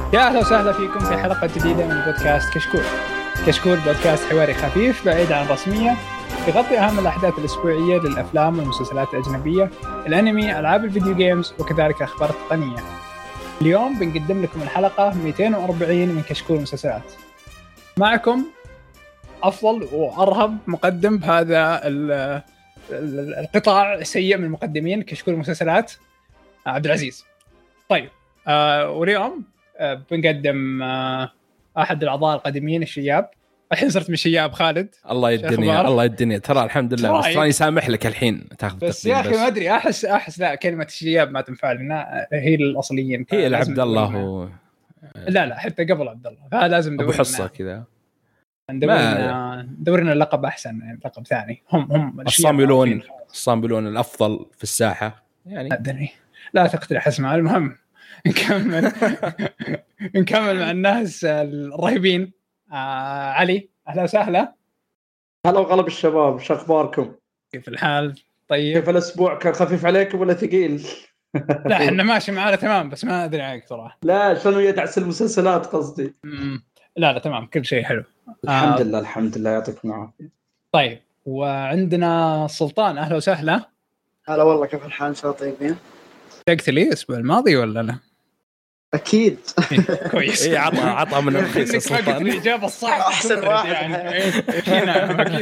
يا أهلا وسهلا فيكم في حلقة جديدة من بودكاست كشكول. كشكول بودكاست حواري خفيف بعيد عن الرسمية، يغطي أهم الأحداث الأسبوعية للأفلام والمسلسلات الأجنبية، الأنمي، ألعاب الفيديو جيمز، وكذلك أخبار تقنية. اليوم بنقدم لكم الحلقة 240 من كشكول مسلسلات. معكم أفضل وأرهب مقدم بهذا القطاع السيء من المقدمين كشكول مسلسلات، عبد العزيز. طيب واليوم بنقدم أحد الأعضاء القديمين الشياب. الحين صرت من الشياب خالد. الله يدني الله يدني ترى الحمد لله، بس راني سامح لك الحين تاخذ بس يا أخي ما أدري، أحس لا، كلمة الشياب ما تنفع لنا، هي الأصليين، هي العبد الله لا حتى قبل عبد الله، فلازم أبو حصة كذا ندورنا اللقب أحسن، يعني لقب ثاني. هم الصامبلون الأفضل في الساحة يعني. أدري، لا تقترح اسمع. المهم نكمل مع الناس الرهيبين. علي، أهلا وسهلا. هلا وغلا بالشباب، شو أخباركم؟ كيف الحال؟ طيب. كيف الأسبوع؟ كان خفيف عليكم ولا ثقيل؟ لا احنا ماشي معانا تمام، بس ما أدري عنك صراحة. لا شنو يدعس المسلسلات قصدي. لا تمام، كل شيء حلو الحمد لله الحمد لله، يعطيكم العافية. طيب، وعندنا سلطان، أهلا وسهلا. هلا والله، كيف الحال؟ شو طيبين؟ تقتل لي الأسبوع الماضي ولا لا؟ أكيد. كويس. إيه عطى من الرخيص سلطان. الإجابة الصح أحسن واحد يعني. هنا أكيد.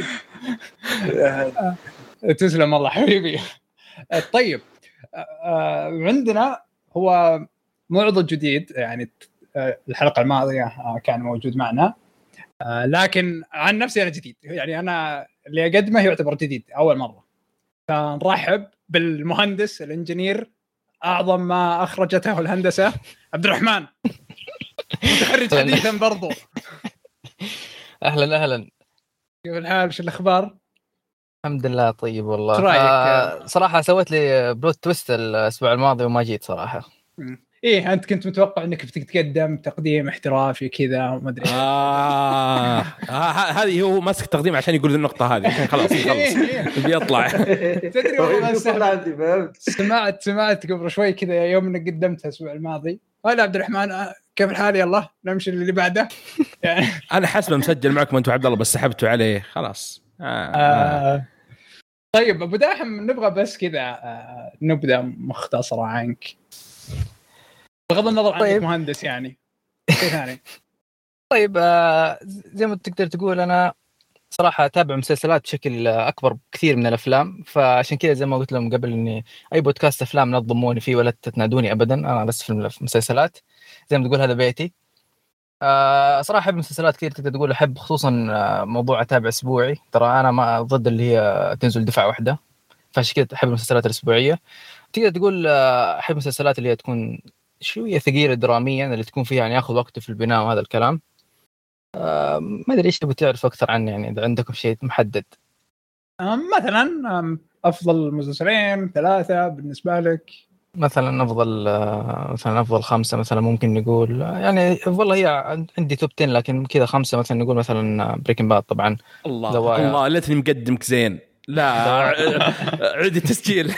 تسلم الله حبيبي. طيب، عندنا هو معرض جديد، يعني الحلقة الماضية كان موجود معنا، لكن عن نفسي أنا جديد، يعني أنا اللي أقدمه يعتبر جديد أول مرة. فنرحب بالمهندس الانجينير، أعظم ما أخرجته الهندسة، عبد الرحمن، متخرج حديثا برضو. أهلا. كيف الحال؟ شو الأخبار؟ الحمد لله طيب والله. صراحة سويت لي بلوت تويست الأسبوع الماضي وما جيت صراحة. إيه، أنت كنت متوقع إنك بتقدم تقديم احترافي كذا وما أدري. هذه هو ماسك تقديم عشان يقول النقطة هذه، عشان خلاص بيطلع. تدري والله سمعت قبل شوي كذا يوم إنك قدمتها الأسبوع الماضي. هلا عبد الرحمن، كيف الحال؟ يلا نمشي اللي بعده. يعني أنا حسب مسجل معكم أنتوا عبد الله، بس سحبتوا عليه خلاص. طيب أبو داحم، نبغى بس كذا نبدأ مختصرة عنك بغض النظر عنك مهندس يعني شيء ثاني. طيب، زي ما تقدر تقول أنا صراحة أتابع مسلسلات بشكل أكبر كثير من الأفلام، فعشان كذا زي ما قلت لهم قبل إني أي بودكاست أفلام لا تضموني فيه ولا تتنادوني أبدا، أنا بس في المسلسلات زي ما تقول هذا بيتي. صراحة أحب مسلسلات كثير، تقدر تقول أحب خصوصا موضوع أتابع أسبوعي. ترى أنا ما ضد اللي هي تنزل دفعة واحدة، فعشان كذا أحب المسلسلات الأسبوعية. تقدر تقول أحب المسلسلات اللي هي تكون شوية ثقيلة دراميا، اللي تكون فيها يعني ياخذ وقته في البناء وهذا الكلام. ما أدري إيش تبغى تعرف أكثر عني، يعني إذا عندكم شيء محدد. مثلا أفضل مسلسلين 3 بالنسبة لك؟ مثلا أفضل 5 مثلا ممكن نقول، يعني والله هي عندي توب 10 لكن كذا 5 مثلا نقول مثلا بريكنج باد طبعا. الله ليتني مقدمك زين. لا عيد التسجيل.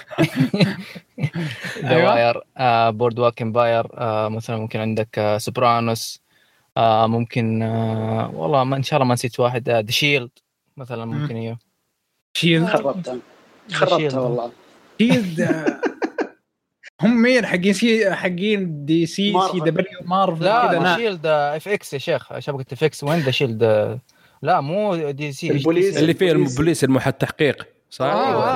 دواير، بورد واك امباير، مثلا ممكن عندك سوبرانوس، ممكن والله ما إن شاء الله ما نسيت واحد، ذا شيلد مثلا ممكن. ايوه شيلد خربتها والله. شيلد هم مين حقين دي سي دبليو مارفل كذا؟ لا شيلد اف اكس يا شيخ، شبكة اف اكس. وين ذا شيلد؟ لا مو دي سي، البوليس اللي فيه البوليس التحقيق صح.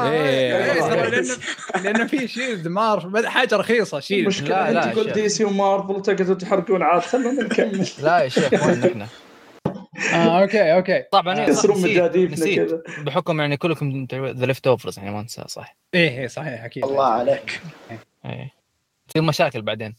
لأنه في شيلد مارفل حاجة رخيصة. شيلد لا تقول دي سي ومارفل تقدروا تحرقون عاد، خلونا نكمل. لا يا شيخ وين احنا؟ اوكي طبعا يكسرون مجاديفنا كذا بحكم يعني كلكم ذا ليفت اوفرز، يعني ما انسى صح. ايه صحيح اكيد. الله عليك. ايه تصير مشاكل بعدين.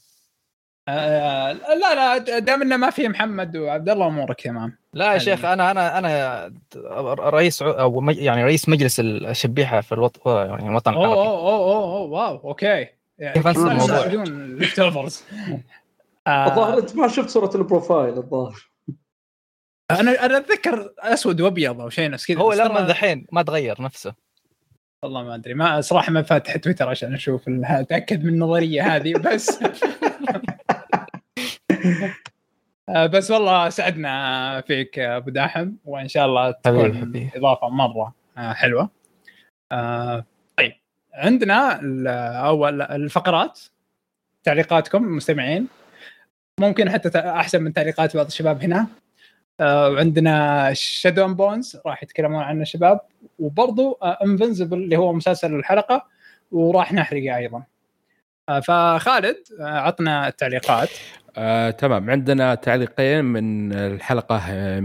لا دام انه ما في محمد وعبد الله امورك تمام. لا يا شيخ، انا رئيس او يعني رئيس مجلس الشبيحه في يعني الوطن العربي. واو اوكي. كيف انسى الموضوع بدون ليفت اوفرز؟ الظاهر انت ما شفت صورة البروفايل الظاهر. انا اتذكر اسود وابيض او شيء نفس كذا. هو لما الحين ما تغير نفسه. والله ما ادري، ما صراحه ما فاتح تويتر عشان اشوف اتاكد من النظريه هذه بس. بس والله سعدنا فيك يا ابو داحم، وان شاء الله تكون حبيبي. اضافه مره حلوه. طيب عندنا اول الفقرات، تعليقاتكم المستمعين، ممكن حتى احسن من تعليقات بعض الشباب هنا. وعندنا شادو اند بونز راح يتكلمون عنه الشباب، وبرضو انفنسبل اللي هو مسلسل الحلقه وراح نحرقه ايضا. فخالد عطنا التعليقات. تمام، عندنا تعليقين من الحلقة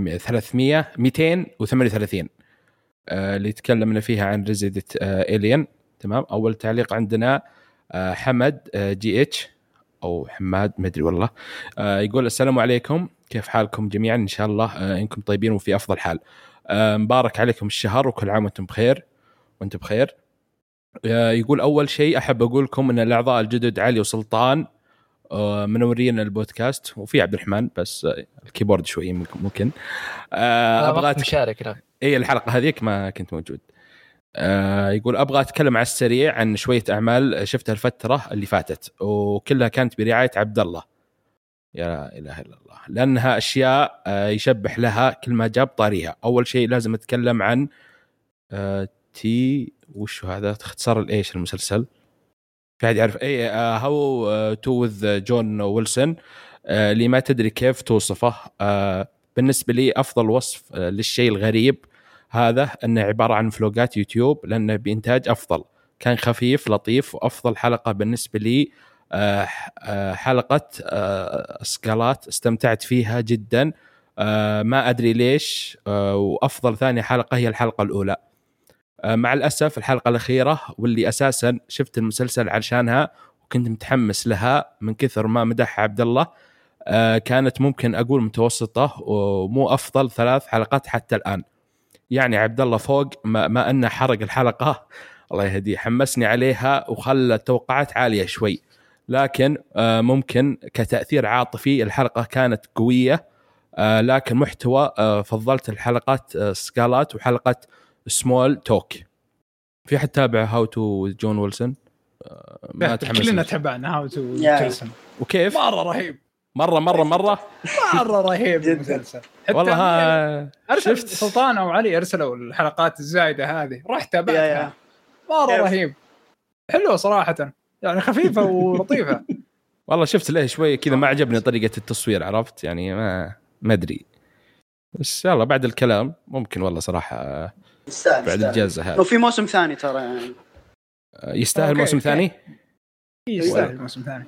238 اللي تكلمنا فيها عن ريزيدنت إلين. تمام، أول تعليق عندنا حمد جي اتش أو حماد ما أدري والله. يقول السلام عليكم، كيف حالكم جميعا؟ إن شاء الله إنكم طيبين وفي أفضل حال. مبارك عليكم الشهر وكل عام وأنتم بخير. وأنتم بخير. يقول أول شيء أحب أقول لكم أن الأعضاء الجدد علي وسلطان منورين البودكاست، وفي عبد الرحمن بس الكيبورد شوي ممكن. ابغى مشارك. اي الحلقه هذيك ما كنت موجود. يقول ابغى اتكلم على السريع عن شويه اعمال شفتها الفتره اللي فاتت وكلها كانت برعايه عبد الله، يا اله الا الله، لانها اشياء يشبح لها كل ما جاب طاريها. اول شيء لازم اتكلم عن تي وش هذا اختصار الايش المسلسل، في حد يعرف؟ اي هاو تو وذ جون ويلسون. اللي ما تدري كيف توصفه. بالنسبه لي افضل وصف للشيء الغريب هذا انه عباره عن فلوقات يوتيوب، لانه بانتاج افضل، كان خفيف لطيف. وافضل حلقه بالنسبه لي حلقه سكالات، استمتعت فيها جدا ما ادري ليش. وافضل ثاني حلقه هي الحلقه الاولى. مع الأسف الحلقة الأخيرة واللي أساساً شفت المسلسل عشانها وكنت متحمس لها من كثر ما مدح عبد الله، كانت ممكن أقول متوسطة ومو أفضل 3 حلقات حتى الآن. يعني عبد الله فوق ما أنه حرق الحلقة الله يهديه، حمسني عليها وخلى التوقعات عالية شوي، لكن ممكن كتأثير عاطفي الحلقة كانت قوية. لكن محتوى فضلت الحلقات سكالات وحلقة سمول توك. في حد تابع هاو تو جون ويلسون؟ ما تحمس؟ كلنا تابعنا هاو تو جيسون، وكيف مره رهيب، مره رهيب المسلسل. والله شفت سلطان او علي ارسلوا الحلقات الزايده هذه، رحت تابعتها مره رهيب، حلوه صراحه، يعني خفيفه ولطيفه. والله شفت له شوي كذا ما عجبني طريقه التصوير، عرفت يعني ما ادري، بس يلا بعد الكلام ممكن والله صراحه بعد الجزء هذا. وفي موسم ثاني ترى يعني يستاهل موسم ثاني. يستاهل موسم ثاني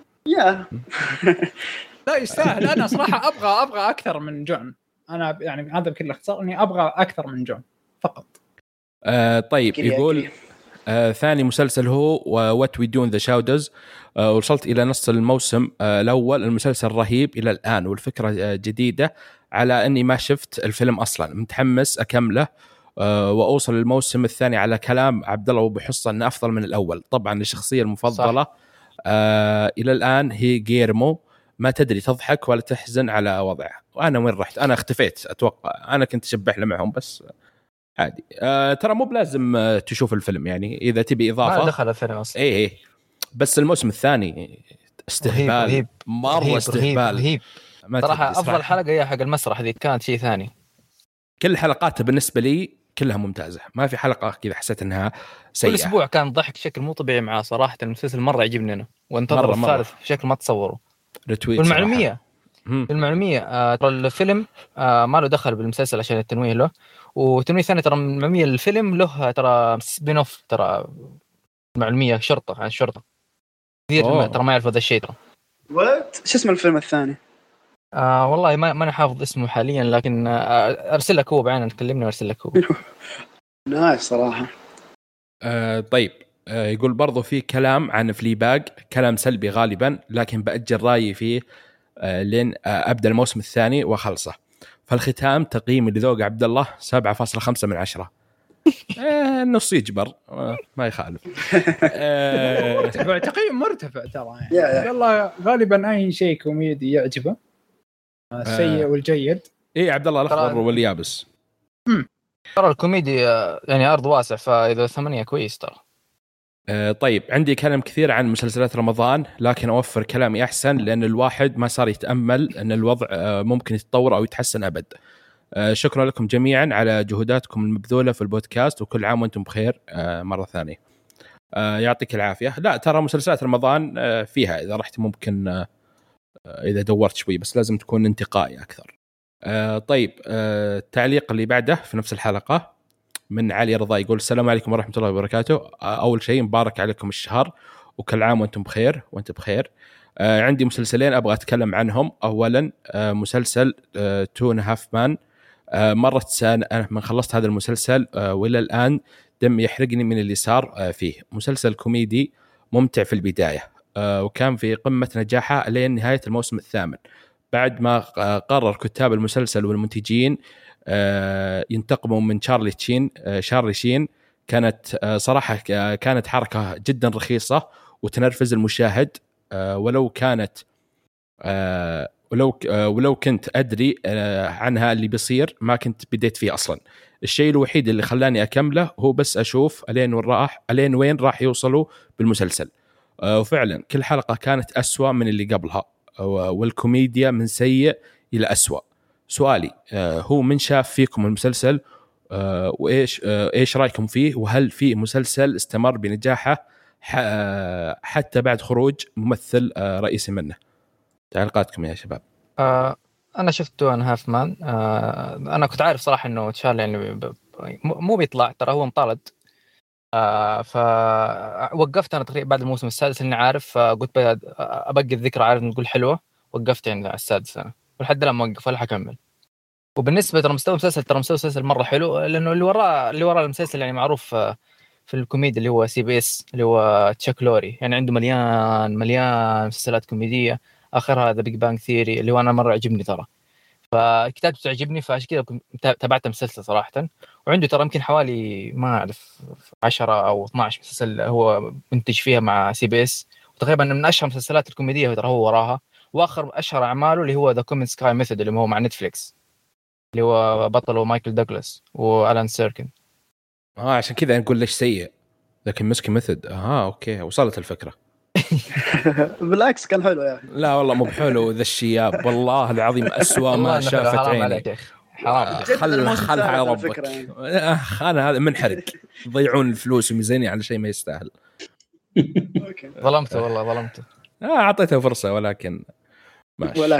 لا يستاهل. انا صراحه ابغى اكثر من جون. انا يعني هذا بكل اختصار اني ابغى اكثر من جون فقط. طيب يقول ثاني مسلسل هو وات وي دو ان ذا شادوز. وصلت الى نص الموسم الاول. المسلسل رهيب الى الان والفكره جديده على اني ما شفت الفيلم اصلا، متحمس اكمله واوصل للموسم الثاني على كلام عبد الله وبحصه انه افضل من الاول. طبعا الشخصيه المفضله الى الان هي جيرمو، ما تدري تضحك ولا تحزن على وضعه. وانا وين رحت؟ انا اختفيت اتوقع، انا كنت اشبح له معهم بس عادي. ترى مو بلازم تشوف الفيلم، يعني اذا تبي اضافه ما دخل الفيلم اصلا. ايه بس الموسم الثاني استهبال رهيب. مره استهبال صراحه افضل حلقه هي حق المسرح ذي، كانت شيء ثاني. كل حلقاتها بالنسبه لي كلها ممتازه، ما في حلقه كذا حسيت انها سيئه. كل اسبوع كان ضحك بشكل مو طبيعي معاه صراحه. المسلسل مره يعجبني انا، وانتظر الثالث بشكل ما تصوروا. والمعلوميه ترى الفيلم ما له دخل بالمسلسل عشان التنويه له، وتنويه ثاني ترى المعلوميه الفيلم له ترى سبين اوف، ترى المعلوميه شرطه عن الشرطه كثير ترى ما يعرف هذا الشيء. ترى شو اسم الفيلم الثاني؟ والله ما انا حافظ اسمه حاليا، لكن ارسل لك هو بعين نكلمنا وارسل لك هو. نايس صراحه. طيب يقول برضو في كلام عن فليباج، كلام سلبي غالبا، لكن بأجل رأيي فيه لين أبدأ الموسم الثاني وخلصه. فالختام تقييم لذوق عبد الله 7.5 من 10. نص يجبر ما يخالف. تقييم مرتفع ترى يعني. والله غالبا أي شيء كوميدي يعجبه، السيء والجيد. إيه عبد الله الأخضر واليابس. ترى الكوميدي يعني أرض واسع، فإذا 8 كويس ترى. طيب عندي كلام كثير عن مسلسلات رمضان، لكن أوفر كلامي أحسن لأن الواحد ما صار يتأمل أن الوضع ممكن يتطور أو يتحسن أبد. شكرا لكم جميعا على جهوداتكم المبذولة في البودكاست، وكل عام وأنتم بخير مرة ثانية. يعطيك العافية. لا ترى مسلسلات رمضان فيها إذا رحت ممكن إذا دورت شوي، بس لازم تكون انتقائي أكثر. طيب التعليق اللي بعده في نفس الحلقة من علي رضا يقول السلام عليكم ورحمة الله وبركاته. أول شيء مبارك عليكم الشهر وكل عام وأنتم بخير. وأنت بخير. عندي مسلسلين أبغى أتكلم عنهم. أولا مسلسل تو أند هاف مان. مرت سنة من خلصت هذا المسلسل وإلى الآن دم يحرقني من اللي صار فيه. مسلسل كوميدي ممتع في البداية، وكان في قمة نجاحه لين نهاية الموسم الثامن، بعد ما قرر كتاب المسلسل والمنتجين ينتقموا من شارلي شين. كانت صراحة كانت حركة جدا رخيصة وتنرفز المشاهد، ولو كنت أدري عنها اللي بيصير ما كنت بديت فيه أصلا. الشيء الوحيد اللي خلاني أكمله هو بس أشوف ألين وين راح يوصلوا بالمسلسل. وفعلا كل حلقة كانت أسوأ من اللي قبلها، والكوميديا من سيء إلى أسوأ. سؤالي هو من شاف فيكم المسلسل وإيش رأيكم فيه؟ وهل في مسلسل استمر بنجاحه حتى بعد خروج ممثل رئيسي منه؟ تعليقاتكم يا شباب. انا شفت تو أند هاف مان. انا كنت عارف صراحه انه تشارلي يعني مو بيطلع، ترى هو مطارد. فوقفت انا تقريبا بعد الموسم السادس اني عارف، قلت ابقي الذكرى، عارف نقول حلوه. وقفت يعني على السادس انا، ولحد الان موقف ولا حكمل. وبالنسبه ترى مستوى المسلسل مره حلو، لانه اللي وراه المسلسل يعني معروف في الكوميديا اللي هو CBS، اللي هو تشاك لوري. يعني عنده مليان مسلسلات كوميديه، اخرها ذا بيج بانج ثيوري اللي هو انا مره عجبني ترى، فكتابته تعجبني، فعشان كذا تابعت المسلسل صراحه. وعنده ترى يمكن حوالي ما اعرف 10 أو 12 مسلسل هو منتج فيها مع CBS، وتقريبا من اشهر مسلسلات الكوميديه ترى هو وراها. واخر اشهر اعماله اللي هو ذا كومن سكاي ميثود اللي هو مع نتفليكس، اللي هو بطله مايكل دوغلاس والان سيركن. عشان كذا نقول ليش سيء، لكن مسكي ميثود اوكي وصلت الفكره. بالعكس كان حلو يا اخي. لا والله مو بحلو ذا الشياب، والله العظيم أسوأ ما شافت عيني. خلها على ربك. انا هذا منحرق. يضيعون الفلوس وميزانية على شيء ما يستاهل. ظلمته والله ظلمته. اعطيته فرصه ولكن ماشي.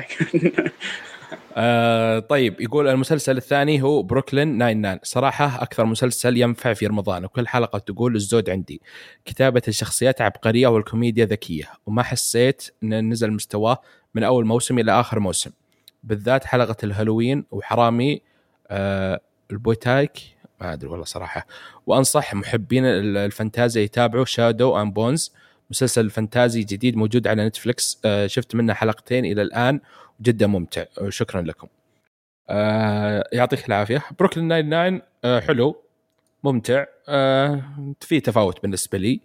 طيب يقول المسلسل الثاني هو بروكلين 99. صراحة أكثر مسلسل ينفع في رمضان، وكل حلقة تقول الزود عندي. كتابة الشخصيات عبقرية والكوميديا ذكية، وما حسيت أن نزل مستواه من أول موسم إلى آخر موسم، بالذات حلقة الهالوين وحرامي البوتايك ما أدري والله صراحة. وأنصح محبين الفانتازيا يتابعوا شادو أند بونز، مسلسل فانتازي جديد موجود على نتفليكس. شفت منه حلقتين إلى الآن، جدا ممتع. شكرا لكم. يعطيك العافية. بروكلين 99 حلو ممتع، في تفاوت بالنسبة لي.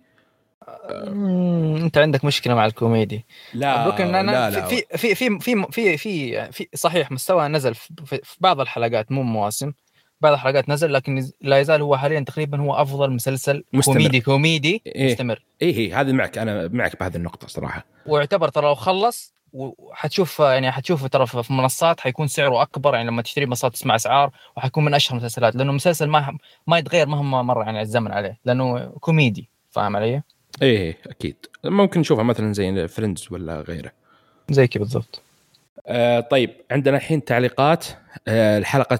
انت عندك مشكلة مع الكوميدي. لا بروكلين لا في في في في في في في صحيح مستوى نزل في بعض الحلقات، مو مواسم، بعض الحلقات نزل، لكن لا يزال هو حاليا تقريبا هو افضل مسلسل مستمر. كوميدي مستمر. ايه هذا معك، انا معك بهذه النقطة صراحة. واعتبر ترى لو خلص وحتشوف ترى في منصات حيكون سعره اكبر، يعني لما تشتري منصات تسمع اسعار، وحيكون من اشهر المسلسلات، لانه مسلسل ما يتغير مهما مر يعني الزمن عليه، لانه كوميدي. فاهم علي؟ ايه اكيد ممكن نشوفها مثلا زي فريندز ولا غيره زي كذا بالضبط. طيب عندنا الحين تعليقات الحلقة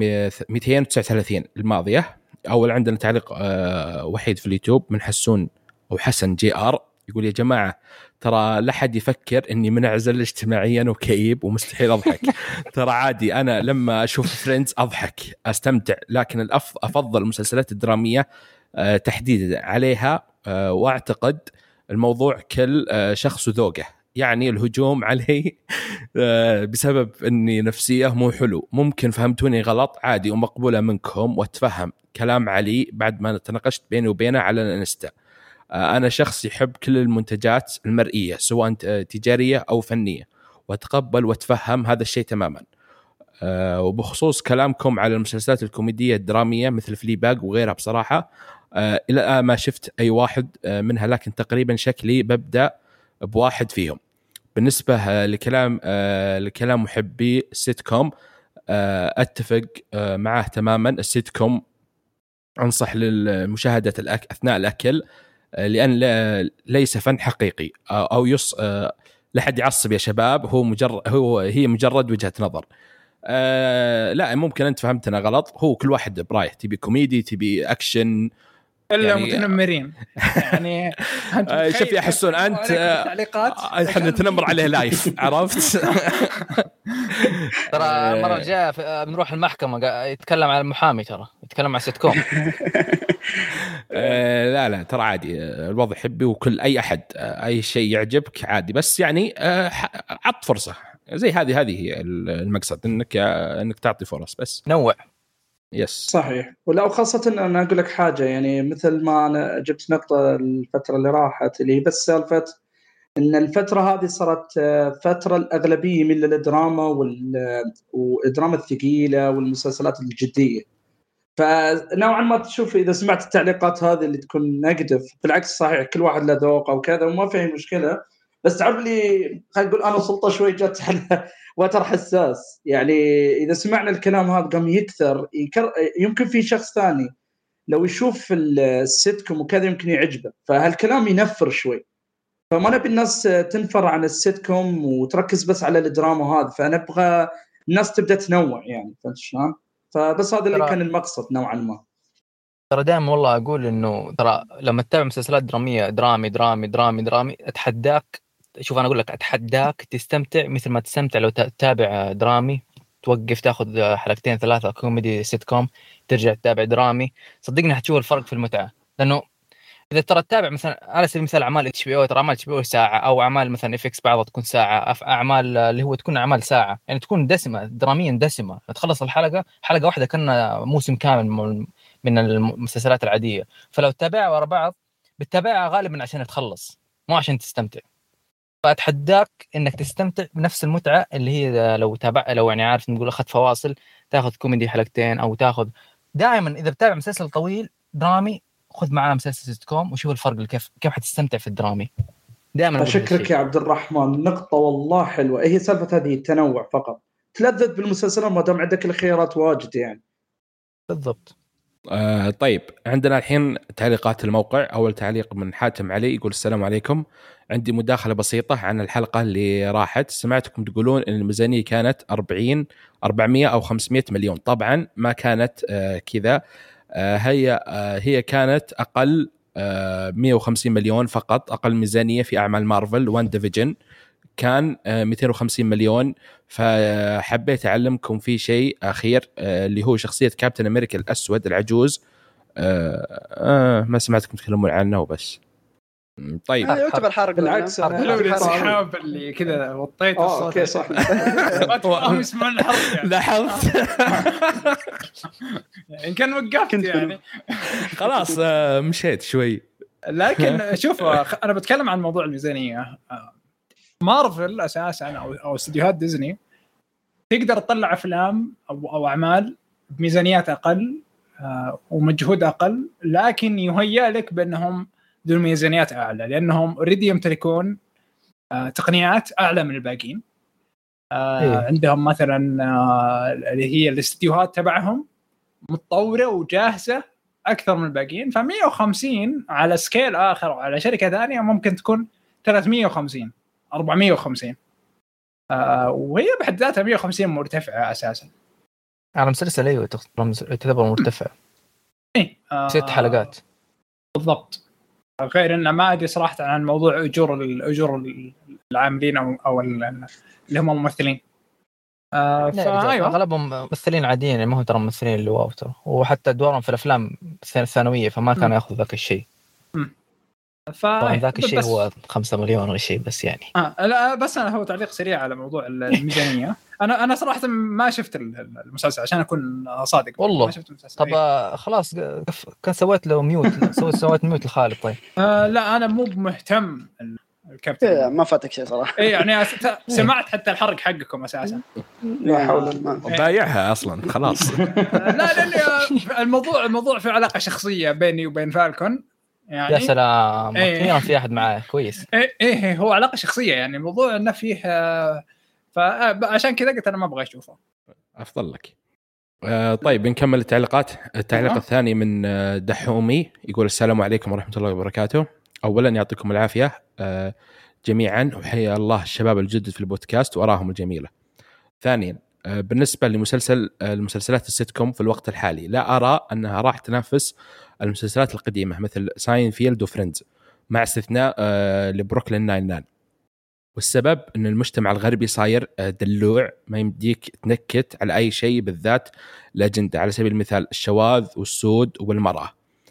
239 الماضية. أول عندنا تعليق وحيد في اليوتيوب من حسون أو حسن JR، يقول يا جماعة ترى لا حد يفكر إني منعزل اجتماعيا وكئيب ومستحيل أضحك. ترى عادي، أنا لما أشوف فريندز أضحك أستمتع، لكن أفضل المسلسلات الدرامية تحديدا عليها. وأعتقد الموضوع كل شخص وذوقه، يعني الهجوم علي بسبب أني نفسية مو حلو ممكن فهمتوني غلط، عادي ومقبولة منكم، واتفهم كلام علي بعد ما تناقشت بيني وبينه على الانستا. أنا شخص يحب كل المنتجات المرئية سواء تجارية أو فنية، وأتقبل وأتفهم هذا الشيء تماما. وبخصوص كلامكم على المسلسلات الكوميدية الدرامية مثل فليباغ وغيرها، بصراحة الى الان ما شفت اي واحد منها، لكن تقريبا شكلي ببدا بواحد فيهم. بالنسبه لكلام محبي السيت كوم، اتفق معه تماما. السيت كوم انصح للمشاهده اثناء الاكل، لان ليس فن حقيقي او لا حد يعصب يا شباب، هي مجرد وجهه نظر. لا ممكن انت فهمتنا غلط، هو كل واحد برايه، تبي كوميدي تبي اكشن الا يعني متنمرين يعني. شوف يا حسون انت احنا نتنمر عليه لايف عرفت. ترى المره الجايه بنروح المحكمه يتكلم عن المحامي، ترى يتكلم عن سيت كوم. لا ترى عادي، الوضع حبي وكل اي احد اي شيء يعجبك عادي، بس يعني عط فرصه زي هذه هي المقصد، انك تعطي فرص بس نوع. يس صحيح. ولا خاصة أنا أقول لك حاجة، يعني مثل ما أنا جبت نقطة الفترة اللي راحت اللي بس سالفة إن الفترة هذه صارت فترة الأغلبية من الدراما والدراما الثقيلة والمسلسلات الجدية. فنوعا ما تشوف إذا سمعت التعليقات هذه اللي تكون نيجاتيف، بالعكس صحيح كل واحد له ذوق أو كذا وما فيه مشكلة، بس تعرف لي خلينا نقول أنا سلطة شوي جت على وتر حساس. يعني إذا سمعنا الكلام هذا قام يكثر يمكن في شخص ثاني لو يشوف السيتكم وكذا يمكن يعجبه، فهالكلام ينفر شوي. فما نبي الناس تنفر عن السيتكم وتركز بس على الدراما هذا، فأنا أبغى الناس تبدأ تنوع يعني، فهمت شلون؟ فبس هذا اللي كان المقصد نوعا ما. ترى دائما والله أقول إنه ترى لما تتابع مسلسلات درامية درامي أتحداك، شوف أنا أقول لك أتحداك تستمتع مثل ما تستمتع لو تتابع درامي، توقف تاخذ حلقتين ثلاثة كوميدي سيت كوم ترجع تتابع درامي، صدقني حتشوف الفرق في المتعة. لأنه إذا ترى تتابع مثلا على سبيل المثال أعمال HBO، ترى أعمال HBO ساعة، أو أعمال مثلا FX بعضها تكون ساعة، أعمال اللي هو تكون أعمال ساعة، يعني تكون دسمة دراميا دسمة، تخلص حلقة واحدة كأنها موسم كامل من المسلسلات العادية. فلو تتابعها ورا بعض بتتابعها غالبا عشان تخلص مو عشان تستمتع. فأتحداك إنك تستمتع بنفس المتعة اللي هي لو يعني عارف نقول أخذت فواصل تأخذ كوميدي حلقتين، أو تأخذ دائما إذا بتابع مسلسل طويل درامي خذ معاه مسلسل سيت كوم وشوف الفرق كيف حتستمتع في الدرامي. دائما أشكرك يا عبد الرحمن، نقطة والله حلوة. هي سالفة هذه التنوع فقط، تلذذ بالمسلسلات ما دام عندك الخيارات واجد يعني. بالضبط. طيب عندنا الحين تعليقات الموقع. أول تعليق من حاتم علي يقول السلام عليكم، عندي مداخلة بسيطة عن الحلقة اللي راحت. سمعتكم تقولون إن الميزانية كانت 400 أو 500 مليون. طبعا ما كانت كذا، هي كانت أقل 150 مليون فقط أقل ميزانية في أعمال مارفل. وان ديفيجن كان 250 مليون. فحبيت أعلمكم في شيء أخير اللي هو شخصية كابتن أمريكا الأسود العجوز. ما سمعتكم تكلمون عنه وبس. طيب يعتبر حرق. بالعكس السحاب اللي كذا وطيت الصوت. اوكي صح. ما يسمعون الحرق يعني. لاحظت إن كان وقفت يعني خلاص مشيت شوي. لكن شوف أنا بتكلم عن موضوع الميزانية. مارفل أساساً أو استديوهات ديزني تقدر تطلع أفلام أو أعمال بميزانيات أقل ومجهود أقل، لكن يهيأ لك بأنهم ذو ميزانيات أعلى لأنهم already يمتلكون تقنيات أعلى من الباقين. عندهم مثلاً اللي هي الاستديوهات تبعهم متطورة وجاهزة أكثر من الباقين. ف150 على سكيل آخر على شركة ثانية ممكن تكون 350 450 وهي بحد ذاتها 150 مرتفعة أساساً. على مسلسل أيوة تعتبر مرتفع. إيه 6 حلقات بالضبط. غير إن ما أدري صراحة عن موضوع أجور العاملين أو اللي هم ممثلين. فأيوة أغلبهم ممثلين عاديين يعني ما هو ترى ممثلين اللي واو ترى، وحتى أدوارهم في الأفلام الثانوية فما كان يأخذ ذاك الشيء. طبعا ذاك الشيء هو 5 مليون ولا شيء بس يعني. لا بس أنا هو تعليق سريع على موضوع الميزانية. أنا صراحة ما شفت المسلسل عشان أكون صادق والله. ما شفت المسلسل. طب خلاص كان سويت له ميوت سويت ميوت لخالد. طيب لا أنا مو مهتم الكابتن. ما فاتك شيء صراحه. اي يعني سمعت حتى الحرق حقكم اساسا. لا حول الله. بايعها اصلا خلاص. لا لان الموضوع في علاقه شخصيه بيني وبين فالكون يعني. يا سلام اخيرا في احد معاه كويس. ايه هو علاقه شخصيه يعني الموضوع انه فيه فعشان كذا قلت انا ما ابغى اشوفه. افضل لك. طيب نكمل التعليقات. التعليق الثاني من دحومي يقول السلام عليكم ورحمه الله وبركاته. اولا يعطيكم العافيه جميعا وحيا الله الشباب الجدد في البودكاست وأراهم الجميله. ثانيا بالنسبه المسلسلات السيت كوم في الوقت الحالي لا ارى انها راح تنافس المسلسلات القديمه مثل ساينفيلد وفريندز مع استثناء لبروكلين 99. والسبب ان المجتمع الغربي صاير دلوع ما يمديك تنكت على اي شيء بالذات الاجنده. على سبيل المثال الشواذ والسود والمراه.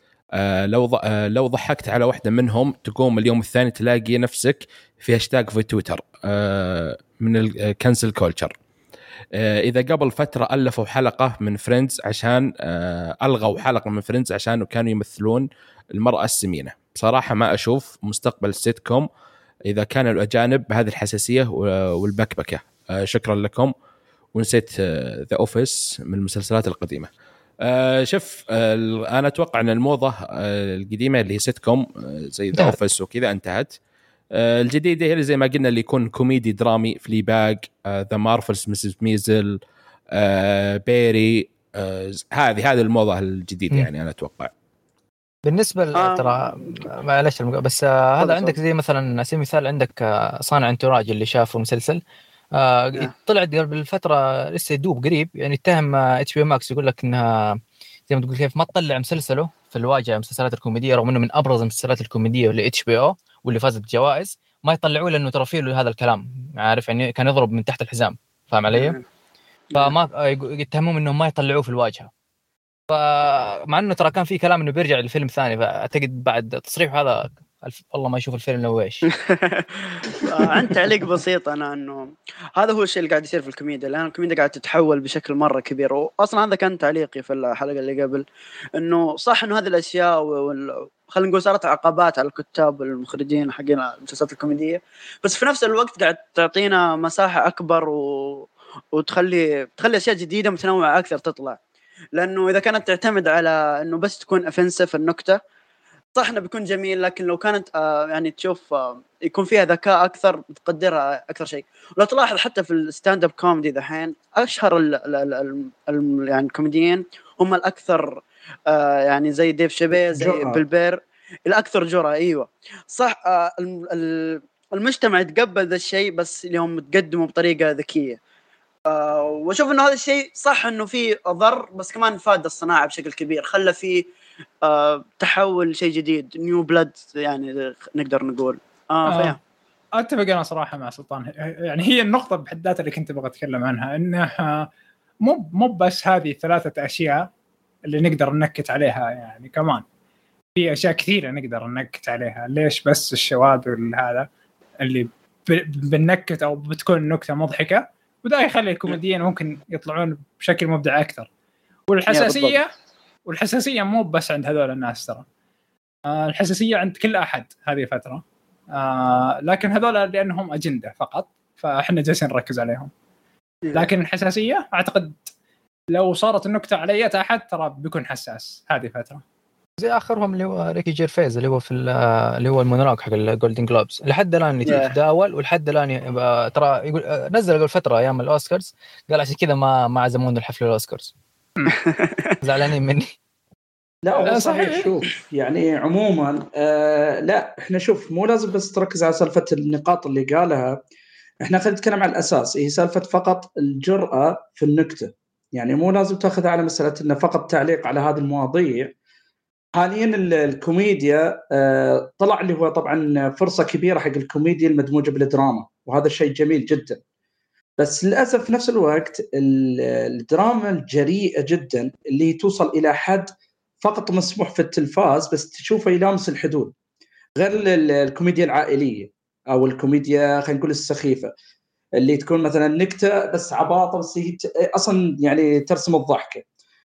لو ضحكت على واحدة منهم تقوم اليوم الثاني تلاقي نفسك في هاشتاج في تويتر من الكنسل كولتشر. إذا قبل فترة ألفوا حلقة من فريندز عشان ألغوا حلقة من فريندز عشان كانوا يمثلون المرأة السمينة. بصراحة ما أشوف مستقبل السيت كوم إذا كان الأجانب بهذه الحساسية والبكبكة. شكرا لكم. ونسيت ذا أوفيس من المسلسلات القديمة. شوف أنا أتوقع أن الموضة القديمة اللي هي سيت كوم زي ذا أوفيس وكذا انتهت. الجديدة هي زي ما قلنا اللي يكون كوميدي درامي فليباج ذا مارفلز مسز ميزل بيري هذه الموضة الجديدة يعني أنا أتوقع. بالنسبة ترى معلش بس هذا عندك زي مثلا سي مثال عندك صانع انتراج اللي شافوا مسلسل طلعت قبل الفترة لسه يدوب قريب يعني اتهم HBO ماكس يقول لك انها زي ما تقول كيف ما تطلع مسلسله في الواجهة مسلسلات الكوميدية رغم انه من ابرز المسلسلات الكوميدية اللي HBO واللي فازت بجوائز ما يطلعوه لانه ترى فيه له هذا الكلام عارف يعني كان يضرب من تحت الحزام فاهم علي؟ فما يتهمون انهم ما يطلعوه في الواجهة. فمع انه ترى كان في كلام انه بيرجع للفيلم ثاني فاعتقد بعد تصريح هذا والله ما يشوف الفيلم لو ايش. عندي تعليق بسيط انا انه هذا هو الشيء اللي قاعد يصير في الكوميديا لان الكوميديا قاعده تتحول بشكل مره كبير. واصلا هذا كان تعليقي في الحلقه اللي قبل انه صح انه هذه الاشياء خلينا نقول صارت عقبات على الكتاب والمخرجين حقين المسلسلات الكوميديه بس في نفس الوقت قاعد تعطينا مساحه اكبر وتخلي اشياء جديده متنوعه اكثر تطلع. لانه اذا كانت تعتمد على انه بس تكون افنسف النكته صح انه بيكون جميل لكن لو كانت يعني تشوف يكون فيها ذكاء اكثر بتقدرها اكثر شيء. لو تلاحظ حتى في الستاند اب كوميدي دحين اشهر يعني الكوميديين هم الاكثر يعني زي ديف شابيل زي بيلبير الاكثر جرأة. ايوه صح. المجتمع يتقبل ذا الشيء بس اليوم تقدموا بطريقه ذكيه. واشوف انه هذا الشيء صح انه فيه ضر بس كمان فاد الصناعه بشكل كبير خلى فيه تحول شيء جديد نيو بلاد يعني نقدر نقول فيها. اتفق انا صراحه مع سلطان يعني هي النقطه بحد ذاتها اللي كنت ابغى اتكلم عنها انها مو بس هذه ثلاثه اشياء اللي نقدر ننكت عليها يعني كمان في اشياء كثيره نقدر ننكت عليها. ليش بس الشواذ والهذا اللي بالنكت او بتكون نكته مضحكه وده يخلي الكوميديين ممكن يطلعون بشكل مبدع اكثر. والحساسيه مو بس عند هذول الناس ترى الحساسيه عند كل احد هذه فتره لكن هذول لانهم اجنده فقط فاحنا جالسين نركز عليهم. لكن الحساسيه اعتقد لو صارت النكته على اي احد ترى بيكون حساس هذه فتره. زي اخرهم اللي هو ريكي جيرفيز اللي هو في اللي هو المونولوج حق الجولدن جلوبز لحد الان يتداول ولحد الان ترى يقول نزل قبل فتره ايام الاوسكارز قال عشان كذا ما عزمونا الحفل الاوسكارز. زعلانين مني. لا صحيح. شوف يعني عموما لا احنا شوف مو لازم بس تركز على سالفه النقاط اللي قالها. احنا خلينا نتكلم على الاساس هي سالفه فقط الجرأة في النكته يعني مو لازم تاخذ على مساله انه فقط تعليق على هذه المواضيع. حاليا الكوميديا طلع اللي هو طبعا فرصة كبيرة حق الكوميديا المدموجة بالدراما وهذا الشيء جميل جدا. بس للأسف في نفس الوقت الدراما الجريئة جدا اللي توصل إلى حد فقط مسموح في التلفاز بس تشوفه يلامس الحدود غير الكوميديا العائلية أو الكوميديا خلينا نقول السخيفة اللي تكون مثلا نكتة بس عباطة بس هي أصلا يعني ترسم الضحكة.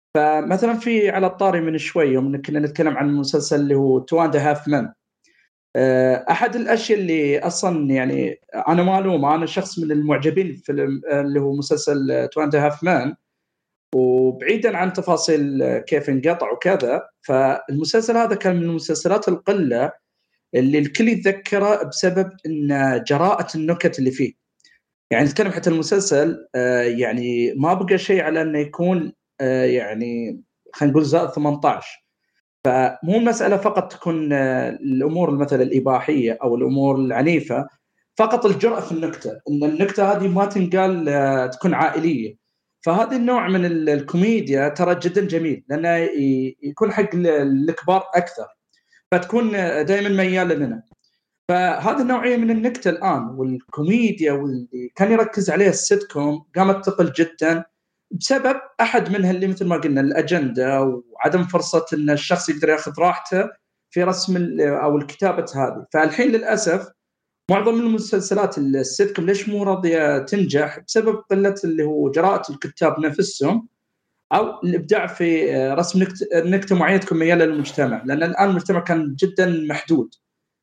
فمثلا في على الطاري من شوي يوم كنا نتكلم عن المسلسل اللي هو 2.5 Men احد الاشياء اللي اصلا يعني انا معلوم انا شخص من المعجبين الفيلم اللي هو مسلسل 2.5 مان، وبعيدا عن تفاصيل كيف انقطع وكذا، فالمسلسل هذا كان من المسلسلات القله اللي الكل يتذكره بسبب ان جراءه النكت اللي فيه. يعني نتكلم حتى المسلسل يعني ما بقى شيء على انه يكون يعني خلينا نقول زائد 18. فمو المسألة فقط تكون الأمور مثلا الإباحية أو الأمور العنيفة، فقط الجرأة في النكتة، إن النكتة هذه ما تنقال تكون عائلية. فهذا النوع من الكوميديا ترى جدا جميل، لأنه يكون حق الكبار أكثر، فتكون دائما ميال لنا. فهذه النوعية من النكتة الآن والكوميديا واللي كان يركز عليها السيت كوم قامت تقل جدا، بسبب أحد منها اللي مثل ما قلنا الأجندة وعدم فرصة أن الشخص يقدر يأخذ راحته في رسم أو الكتابة هذه. فالحين للأسف معظم المسلسلات السيت كوم ليش مو راضية تنجح؟ بسبب قلة اللي هو جراءة الكتاب نفسهم أو الإبداع في رسم نكتة معينة تكون ميالة للمجتمع، لأن الآن المجتمع كان جدا محدود.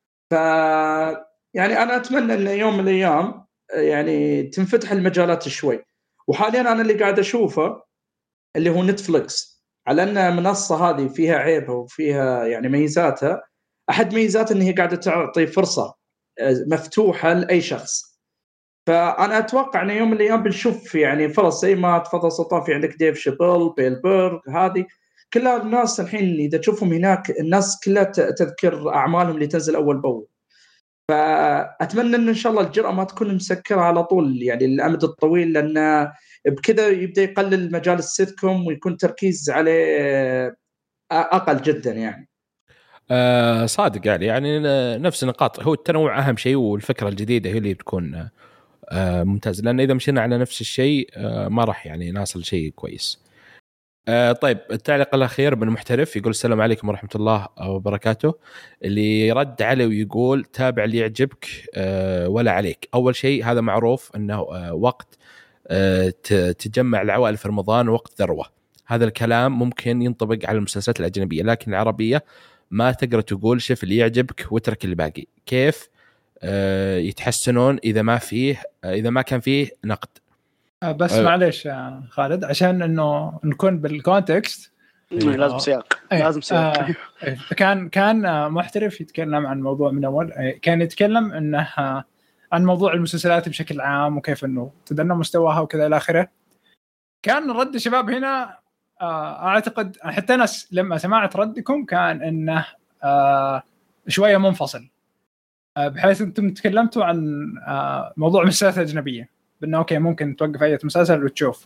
يعني أنا أتمنى أن يوم من الأيام يعني تنفتح المجالات شوي. وحاليا أنا اللي قاعد أشوفه اللي هو نتفليكس، على أن منصة هذه فيها عيبها وفيها يعني ميزاتها. أحد ميزاتها أن هي قاعدة تعطي فرصة مفتوحة لأي شخص. فأنا أتوقع أن يوم من الأيام بنشوف يعني فرص زي ما تفضل سلطان، في عندك ديف شابيل، بيل بيرغ، هذه كلها الناس الحين إذا تشوفهم هناك الناس كلها تذكر أعمالهم اللي تنزل أول بأول. فأتمنى إن شاء الله الجرأة ما تكون مسكرة على طول يعني الأمد الطويل، لأن بكذا يبدأ يقلل مجال السيت كوم ويكون تركيز عليه أقل جدا يعني. صادق يعني نفس النقاط، هو التنوع أهم شيء، والفكرة الجديدة هي اللي بتكون ممتاز، لأن إذا مشينا على نفس الشيء ما راح يعني نصل شيء كويس. طيب التعليق الأخير من محترف يقول السلام عليكم ورحمة الله وبركاته، اللي رد عليه ويقول تابع اللي يعجبك ولا عليك. أول شيء هذا معروف أنه وقت تجمع العوائل في رمضان وقت ذروة، هذا الكلام ممكن ينطبق على المسلسلات الأجنبية، لكن العربية ما تقدر تقول شوف اللي يعجبك وترك اللي باقي. كيف يتحسنون إذا ما كان فيه نقد؟ بس معليش يا خالد عشان انه نكون بالكونتكست لازم سياق لازم سياق. كان محترف يتكلم عن موضوع من اول، كان يتكلم انه عن موضوع المسلسلات بشكل عام وكيف انه تدنى مستواها وكذا الى اخره. كان رد الشباب هنا اعتقد حتى انا لما سمعت ردكم كان انه شويه منفصل، بحيث انتم تكلمتوا عن موضوع مسلسلات اجنبيه بأنه أوكي ممكن توقف أي مسلسل وتشوف.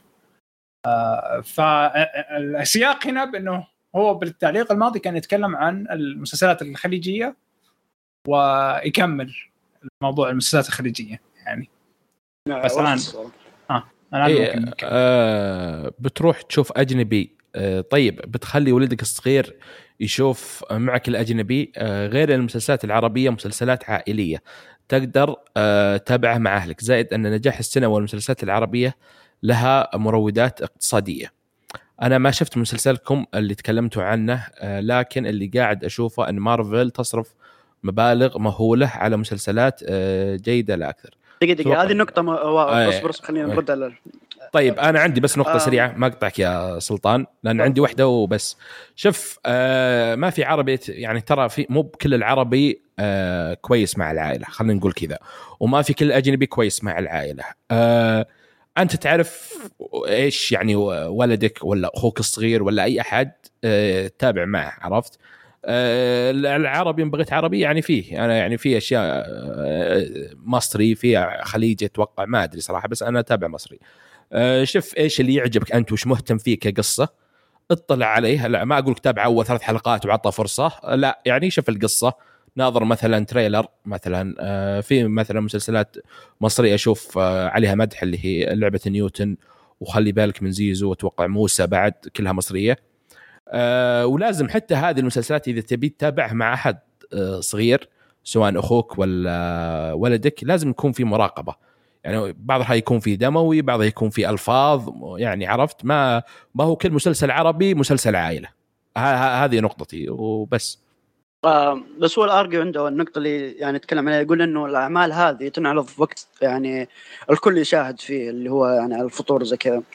فالسياق هنا بأنه هو بالتعليق الماضي كان يتكلم عن المسلسلات الخليجية ويكمل موضوع المسلسلات الخليجية يعني. بس الآن بتروح تشوف أجنبي، طيب بتخلي ولدك الصغير يشوف معك الأجنبي، غير المسلسلات العربية مسلسلات عائلية تقدر تابعها مع أهلك، زائد أن نجاح السينما والمسلسلات العربية لها مروجات اقتصادية. أنا ما شفت مسلسلكم اللي تكلمتوا عنه، لكن اللي قاعد أشوفه أن مارفل تصرف مبالغ مهولة على مسلسلات جيدة لا أكثر. دقيقة هذه النقطة أصبر خلينا نرد على. طيب أنا عندي بس نقطة سريعة، ما أقطعك يا سلطان لأن عندي واحدة وبس. شوف ما في عربي يعني، ترى في مو بكل العربي كويس مع العائلة، خلينا نقول كذا، وما في كل الأجنبي كويس مع العائلة. أنت تعرف إيش يعني ولدك ولا أخوك الصغير ولا أي أحد تابع معه، عرفت؟ العربي بغيت عربي يعني فيه أنا يعني فيه أشياء مصري، فيه خليجي أتوقع، ما أدري صراحة، بس أنا تابع مصري. شوف إيش اللي يعجبك أنت وش مهتم فيه كقصة، اطلع عليه. لا ما أقولك تابع أول 3 حلقات وعطى فرصة، لا يعني شوف القصة، ناظر مثلا تريلر مثلا. في مثلا مسلسلات مصرية أشوف عليها مدح اللي هي لعبة نيوتن، وخلي بالك من زيزو، واتوقع موسى بعد، كلها مصرية. ولازم حتى هذه المسلسلات إذا تبي تتابعها مع أحد صغير سواء أخوك ولا ولدك، لازم يكون في مراقبة، يعني بعضها يكون في دموي، بعضها يكون في ألفاظ، يعني عرفت، ما هو كل مسلسل عربي مسلسل عائلة. هذه نقطتي وبس. بس هو الارجيو عنده النقطه اللي يعني يتكلم عليها، يقول انه الاعمال هذه تنعرض في وقت يعني الكل يشاهد فيه، اللي هو يعني الفطور زي كذا.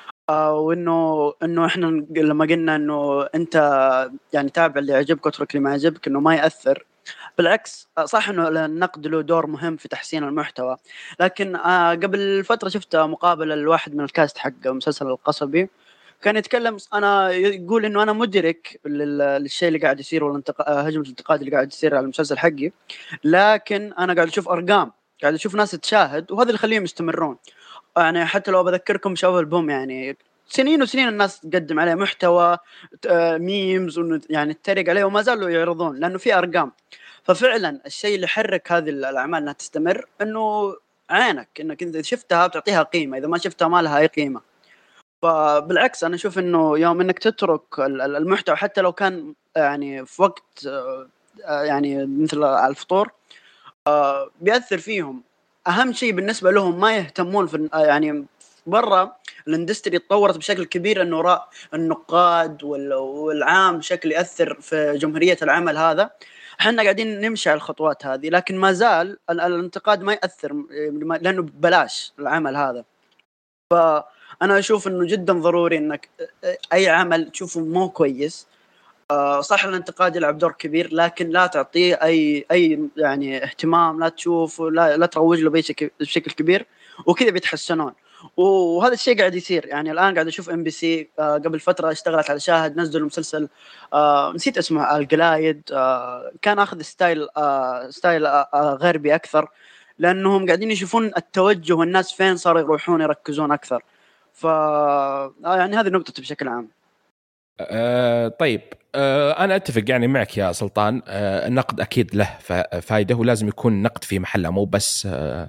وانه احنا لما قلنا انه انت يعني تابع اللي يعجبك واترك اللي ما يعجبك، انه ما ياثر. بالعكس، صح انه النقد له دور مهم في تحسين المحتوى، لكن قبل فتره شفت مقابله لواحد من الكاست حق مسلسل القصبي، كان يتكلم، انا يقول انه انا مدرك للشيء اللي قاعد يصير هجمه الانتقاد اللي قاعد يصير على المسلسل حقي، لكن انا قاعد اشوف ارقام، قاعد اشوف ناس تشاهد، وهذا اللي يخليهم يستمرون. يعني حتى لو بذكركم شباب البوم، يعني سنين وسنين الناس تقدم عليه محتوى ميمز يعني تتريق عليه، وما زالوا يعرضون لانه في ارقام. ففعلا الشيء اللي حرك هذه الاعمال انها تستمر انه عينك، انك اذا شفتها بتعطيها قيمه، اذا ما شفتها ما لها اي قيمه. فبالعكس انا اشوف انه يوم انك تترك المحتوى حتى لو كان يعني في وقت يعني مثل الفطور بيأثر فيهم. اهم شيء بالنسبه لهم ما يهتمون في يعني برا الاندستري تطورت بشكل كبير انه وراء النقاد والعام بشكل يأثر في جمهورية العمل هذا. احنا قاعدين نمشي على الخطوات هذه، لكن ما زال الانتقاد ما يأثر لانه ببلاش العمل هذا. فانا اشوف انه جدا ضروري انك اي عمل تشوفه مو كويس، صح الانتقاد يلعب دور كبير، لكن لا تعطيه اي يعني اهتمام، لا تشوفه، لا تروج له بشكل كبير، وكذا بيتحسنون. وهذا الشيء قاعد يصير. يعني الان قاعد اشوف MBC قبل فتره اشتغلت على شاهد، نزلوا مسلسل نسيت اسمه، القلايد، كان اخذ ستايل غربي اكثر، لانهم قاعدين يشوفون التوجه والناس فين صاروا يروحون يركزون اكثر. ف يعني هذه نقطتي بشكل عام. طيب، أنا أتفق يعني معك يا سلطان. النقد أكيد له فائدة، ولازم يكون نقد في محله، مو بس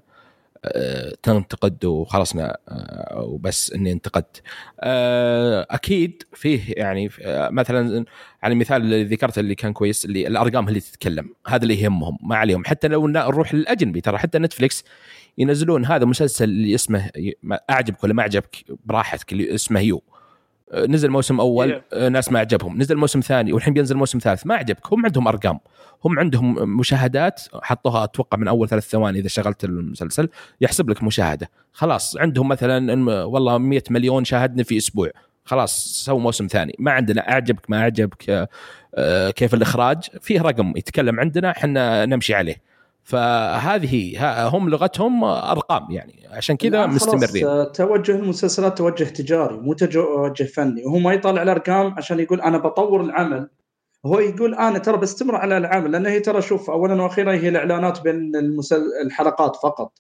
تنتقد وخلصنا وبس إني انتقدت. أكيد فيه يعني مثلا على المثال اللي ذكرته اللي كان كويس، اللي الأرقام اللي تتكلم، هذا اللي يهمهم، ما عليهم. حتى لو نروح للأجنبي، ترى حتى نتفليكس ينزلون هذا مسلسل اللي اسمه أعجبك ولا ما أعجبك براحتك، اللي اسمه يو، نزل موسم أول ناس ما أعجبهم، نزل موسم ثاني، والحين بينزل موسم ثالث ما أعجبك. هم عندهم أرقام، هم عندهم مشاهدات حطوها أتوقع من أول 3 ثواني إذا شغلت المسلسل يحسب لك مشاهدة، خلاص. عندهم مثلا والله 100 مليون شاهدني في أسبوع، خلاص سووا موسم ثاني. ما عندنا أعجبك ما أعجبك، كيف الإخراج فيه رقم يتكلم عندنا، حنا نمشي عليه. فهذه هم لغتهم أرقام، يعني عشان كذا مستمرين. توجه المسلسلات توجه تجاري مو توجه فني، وهو ما يطلع الأرقام عشان يقول أنا بطور العمل، هو يقول أنا ترى بستمر على العمل، لأنه هي ترى شوف أولا وأخيرا هي الإعلانات بين الحلقات فقط.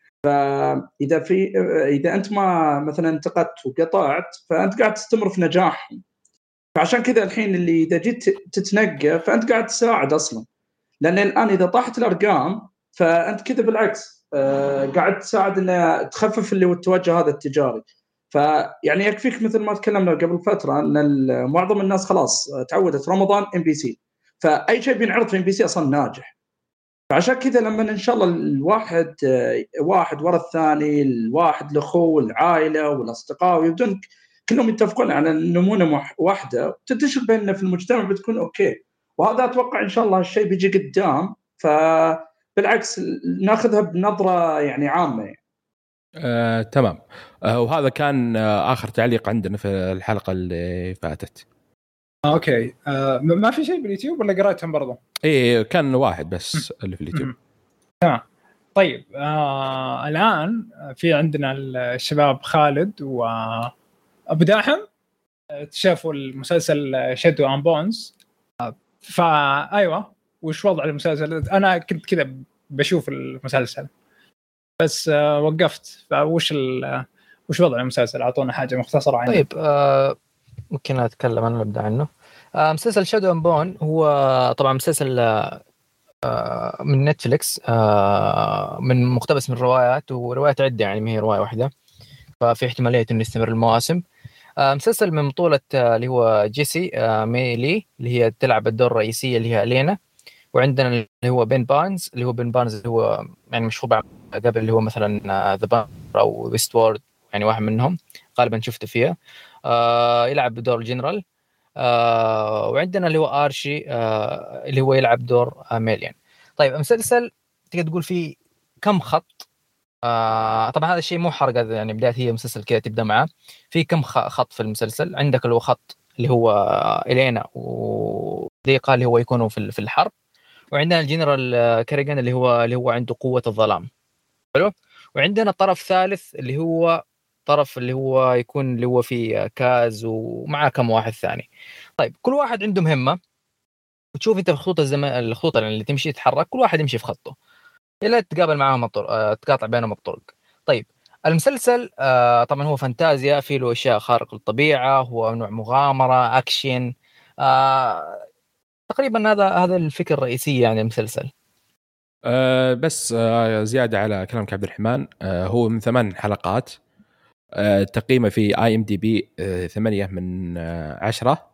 إذا أنت ما مثلا انتقدت وقطعت، فأنت قاعد تستمر في نجاحهم. فعشان كذا الحين اللي إذا جيت تتنقى فأنت قاعد تساعد أصلا، لأن الآن إذا طاحت الأرقام فأنت كذا بالعكس قاعد تساعد إنه تخفف اللي هو التوجه هذا التجاري. فيعني يكفيك مثل ما تكلمنا قبل فترة أن معظم الناس خلاص تعودت رمضان MBC، فأي شيء بينعرض في MBC أصلا ناجح. فعشان كذا لما إن شاء الله الواحد واحد ورا الثاني، الواحد لأخوه العائلة والأصدقاء، ويبدون كلهم يتفقون على نمونة واحدة تنتشر بيننا في المجتمع، بتكون أوكي. وهذا أتوقع إن شاء الله الشيء بيجي قدام، فبالعكس ناخذها بنظرة يعني عامة يعني. تمام. وهذا كان آخر تعليق عندنا في الحلقة اللي فاتت. أوكي. ما في شيء باليوتيوب ولا قرأتهم برضو؟ إيه كان واحد بس اللي في اليوتيوب. تمام. طيب الآن في عندنا الشباب خالد وأبو داحم شافوا المسلسل شادو أند بونز. فأيوة، وش وضع المسلسل؟ أنا كنت كذا بشوف المسلسل بس وقفت. فوش وضع المسلسل؟ أعطونا حاجة مختصرة عنه. طيب ممكن أتكلم أنا نبدأ عنه. مسلسل شادو أند بون هو طبعا مسلسل من نتفليكس، من مقتبس من روايات، وروايات عدة يعني ما هي رواية واحدة، ففي احتمالية إنه يستمر المواسم. مسلسل من بطولة اللي هو جيسي ميلي اللي هي تلعب الدور الرئيسية اللي هي ألينا، وعندنا اللي هو بين بارنز اللي هو يعني مشهور قبل اللي هو مثلا ذا بار أو ويست وورد، يعني واحد منهم غالبا شفته فيها. يلعب بدور الجنرال. وعندنا اللي هو ارشي اللي هو يلعب دور ميليان. طيب المسلسل تقدر تقول فيه كم خط؟ طبعا هذا الشيء مو حرق، يعني بداية هي مسلسل كذا تبدا معاه. في كم خط في المسلسل؟ عندك اللي هو خط اللي هو إلينا وديقا اللي هو يكونوا في الحرب، وعندنا الجنرال كاريغان اللي هو عنده قوة الظلام. حلو. وعندنا طرف ثالث اللي هو طرف اللي هو يكون اللي هو في كاز ومعاه كم واحد ثاني. طيب كل واحد عنده مهمة، وتشوف انت الخطوط الخطوط اللي تمشي تتحرك، كل واحد يمشي في خطه إلا تقابل معهم تقاطع بينهم الطرق. طيب المسلسل طبعا هو فانتازيا، فيه له اشياء خارق للطبيعه، هو نوع مغامره اكشن. تقريبا هذا الفكره الرئيسيه يعني المسلسل. بس زياده على كلامك عبد الرحمن، هو من 8 حلقات، تقييمه في IMDb 8 من 10.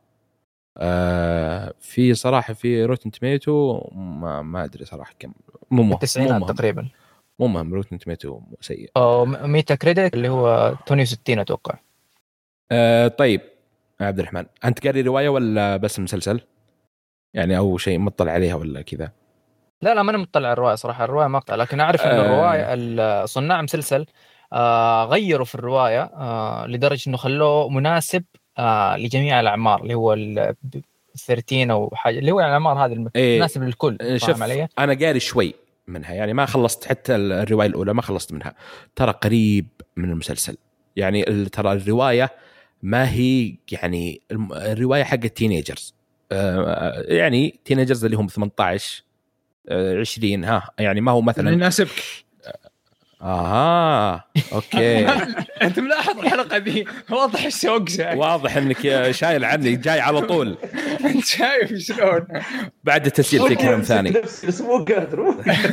في صراحه في روتن توميتو ما ادري صراحه كم، مو 90 تقريبا. مو مهم، روتن توميتو سيء. ميتا كريديت اللي هو 68 اتوقع. طيب عبد الرحمن، انت قاري روايه ولا بس المسلسل يعني، او شيء مطلع عليها ولا كذا؟ لا ما انا مطلع على الروايه صراحه، الروايه مقطع، لكن اعرف ان الروايه صناع مسلسل غيروا في الروايه لدرجه انه خلوه مناسب لجميع الاعمار، اللي هو 13 او حاجه، اللي هو الاعمار هذه مناسب للكل. فاهم علي؟ انا قاري شوي منها يعني، ما خلصت حتى الروايه الاولى، ما خلصت منها. ترى قريب من المسلسل يعني، ترى الروايه ما هي يعني الروايه حق التينيجرز، يعني تينيجرز اللي هم 18 20 ها، يعني ما هو مثلا يناسبك. اوكي. انت ملاحظ الحلقه دي واضح الشوق شايف، واضح انك شايل عني جاي على طول. انت شايف شلون بعد التسجيل في كلام ثاني. بس مو قادر.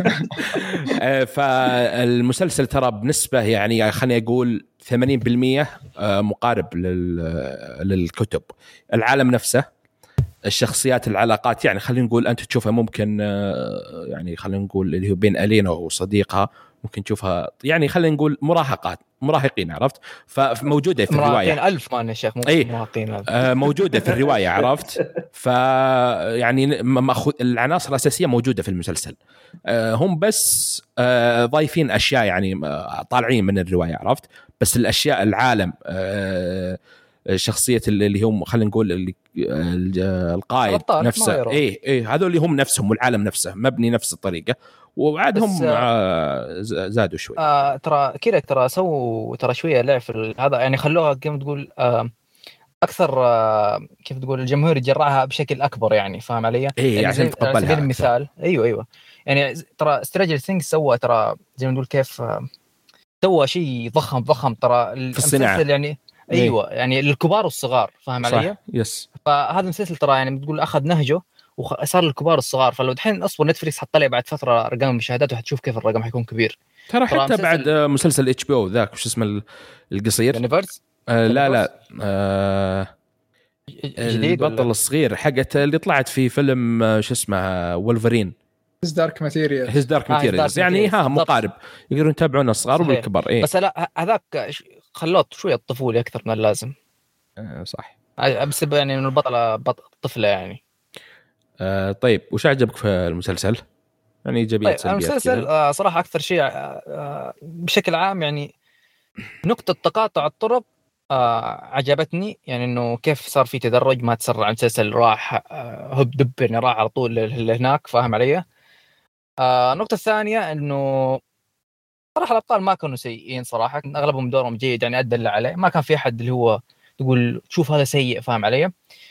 فالمسلسل ترى بنسبه يعني خليني اقول 80% مقارب للكتب. العالم نفسه، الشخصيات، العلاقات، يعني خلينا نقول انت تشوفها ممكن يعني خلينا نقول اللي هو بين ألينا وصديقها، ممكن تشوفها يعني خلينا نقول مراهقين، عرفت؟ فموجوده في الروايه. مراهقين 1000 ما شيخ، مو مراهقين موجوده في الروايه، عرفت؟ فيعني العناصر الاساسيه موجوده في المسلسل، هم بس ضايفين اشياء يعني طالعين من الروايه، عرفت؟ بس الاشياء، العالم، شخصيه اللي هم خلينا نقول القائد نفسه، هذول اللي هم نفسهم، والعالم نفسه مبني نفس الطريقه، وعادهم زادوا شوي. ترى كذا، ترى سووا ترى شويه لعب في هذا يعني، خلوها كيف تقول اكثر كيف تقول الجمهور يجرعها بشكل اكبر يعني. فاهم علي؟ يعني عشان تقبلها. على سبيل المثال ايوه يعني ترى سترينجر ثينجز سوى ترى زي ما نقول كيف سوى شيء ضخم ترى في الصناعه يعني. ايوه يعني للكبار والصغار. فاهم علي؟ يس. فهذا المسلسل ترى يعني بتقول اخذ نهجه وصار للكبار والصغار. فلو دحين اصبر نتفليكس حتطلع بعد فتره ارقام المشاهدات وحتشوف كيف الرقم حيكون كبير. ترى حتى بعد مسلسل HBO ذاك وش اسمه القصير، يونيفرس لا جديد البطل الصغير حقته اللي طلعت في فيلم شو اسمه وولفرين، هيز دارك ماتيريالز يعني مقارب، يقدرون يتابعون الصغار والكبار. بس لا هذاك خلوت شويه طفولي اكثر من اللازم. صح، بس يعني من البطله طفله يعني. طيب وش عجبك في المسلسل؟ يعني ايجابيات سلبيات. المسلسل صراحه اكثر شيء بشكل عام يعني نقطه تقاطع الطرق عجبتني، يعني انه كيف صار في تدرج، ما تسرع المسلسل راح هب دب يعني راح على طول هناك. فاهم علي؟ النقطه الثانيه انه صراحه الابطال ما كانوا سيئين صراحه، اغلبهم دورهم جيد يعني ادى اللي عليه، ما كان في احد اللي هو تقول شوف هذا سيء. فاهم علي؟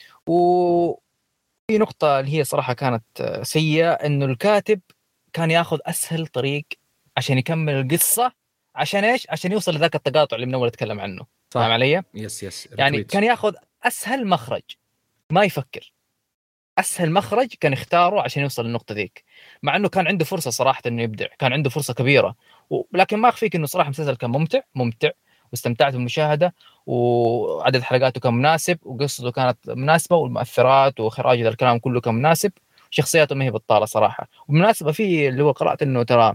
وفي نقطه اللي هي صراحه كانت سيئه، انه الكاتب كان ياخذ اسهل طريق عشان يكمل القصه. عشان ايش؟ عشان يوصل لذاك التقاطع اللي من اول اتكلم عنه. فاهم علي؟ يس يعني كان ياخذ اسهل مخرج، ما يفكر، اسهل مخرج كان يختاره عشان يوصل للنقطه ذيك، مع انه كان عنده فرصه صراحه انه يبدع، كان عنده فرصه كبيره. لكن ما اخفيك انه صراحه المسلسل كان ممتع واستمتعت بالمشاهده، وعدد حلقاته كان مناسب، وقصته كانت مناسبه، والمؤثرات واخراج هذا الكلام كله كان مناسب، شخصياته ما هي بطاله صراحه. وبالمناسبه في اللي هو قرات انه ترى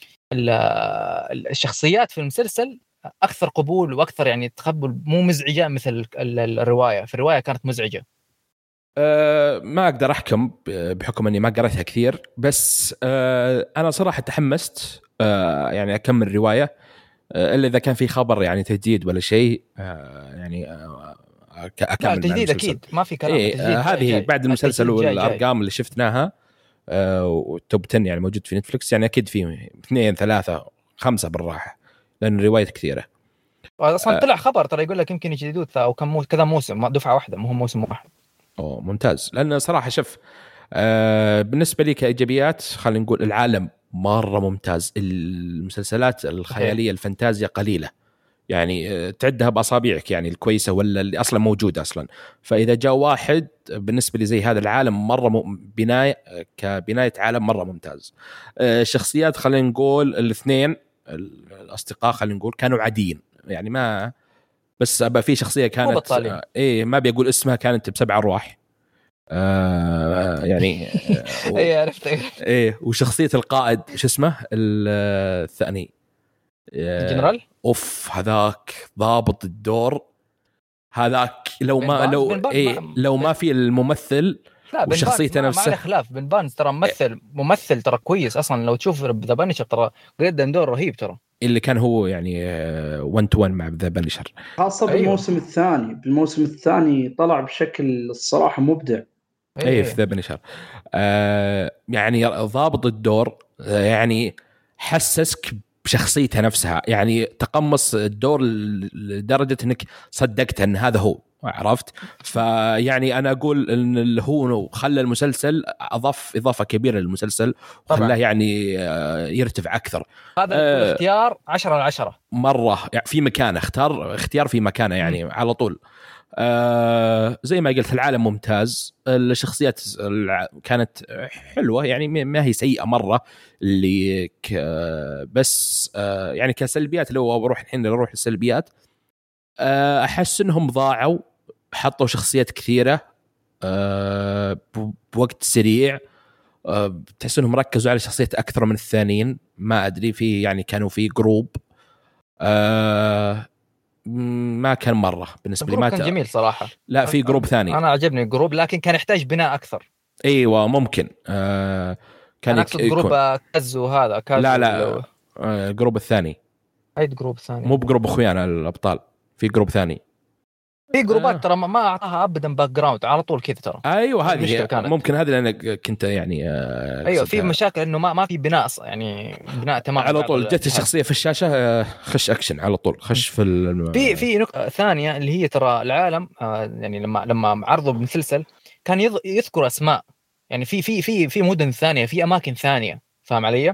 الشخصيات في المسلسل اكثر قبول واكثر يعني تقبل، مو مزعجه مثل الروايه. في الروايه كانت مزعجه ما أقدر أحكم بحكم أني ما قرأتها كثير، بس أنا صراحة تحمست يعني أكمل رواية، إلا إذا كان في خبر يعني تجديد ولا شيء يعني أكمل مع تجديد المسلسل. أكيد ما في كلام. إيه تجديد هذه جاي. بعد المسلسل التجديد جاي. والأرقام اللي شفناها والتوب 10 يعني موجود في نتفليكس، يعني أكيد في 2 3 5 بالراحة، لأن الرواية كثيرة. أصلا طلع خبر ترى يقول لك يمكن يجددوا أو كذا موسم، دفعة واحدة مو موسم واحد. ممتاز، لأن صراحة شوف بالنسبة لي كإيجابيات خلينا نقول العالم مرة ممتاز، المسلسلات الخيالية الفانتازيا قليلة يعني تعدها بأصابعك يعني الكويسة ولا اللي أصلا موجودة أصلا. فإذا جاء واحد بالنسبة لي زي هذا العالم مرة كبناية عالم مرة ممتاز. الشخصيات خلينا نقول الاثنين الأصدقاء خلينا نقول كانوا عاديين يعني، ما بس أبقى في شخصية كانت ما بيقول اسمها كانت ب7 أرواح يعني ايه عرفت وشخصية القائد شو اسمه الثاني الجنرال اوف هذاك ضابط الدور هذاك لو ما في الممثل وشخصيته نفسها ما خلاف. بن بانز ترى ممثل ترى كويس اصلا، لو تشوف ذا بانشر ترى قدم دور رهيب ترى، اللي كان هو يعني 1 to 1 مع ذا بانشر خاصة بالموسم الثاني. بالموسم الثاني طلع بشكل الصراحة مبدع. في ذا بانشر يعني ضابط الدور يعني حسسك بشخصيته نفسها، يعني تقمص الدور لدرجة انك صدقت ان هذا هو، عرفت؟ فيعني انا اقول ان هو خلى المسلسل اضاف اضافة كبيرة للمسلسل وخلاه يعني يرتفع اكثر. هذا اختيار 10/10 مرة يعني في مكانه، اختيار في مكانه يعني على طول. زي ما قلت العالم ممتاز، الشخصيات كانت حلوة يعني ما هي سيئة مرة اللي بس يعني كسلبيات لو بروح الحين نروح للسلبيات، أحس إنهم ضاعوا، حطوا شخصيات كثيرة بوقت سريع، تحس إنهم ركزوا على شخصيات أكثر من الثانيين، ما أدري في يعني كانوا في جروب ما كان مرة بالنسبة لي ما كان جميل صراحة. لا في جروب ثاني أنا عجبني الجروب لكن كان يحتاج بناء أكثر. أيوة ممكن كان أقصد جروب كازو هذا كازو لا الجروب الثاني. أي جروب ثاني؟ مو بجروب أخويانا الأبطال، في جروب ثاني. في جروبات ترى ما أعطاها أبدا باك جراوند على طول كذا ترى. أيوة هذه ممكن هذا لأن كنت يعني أيوة في مشاكل إنه ما في بناء يعني بناء تمام على طول. جت الشخصية في الشاشة خش أكشن على طول، خش في نقطة ثانية اللي هي ترى العالم يعني لما عرضوا بالمسلسل كان يذكر أسماء يعني في مدن ثانية في أماكن ثانية، فاهم علي؟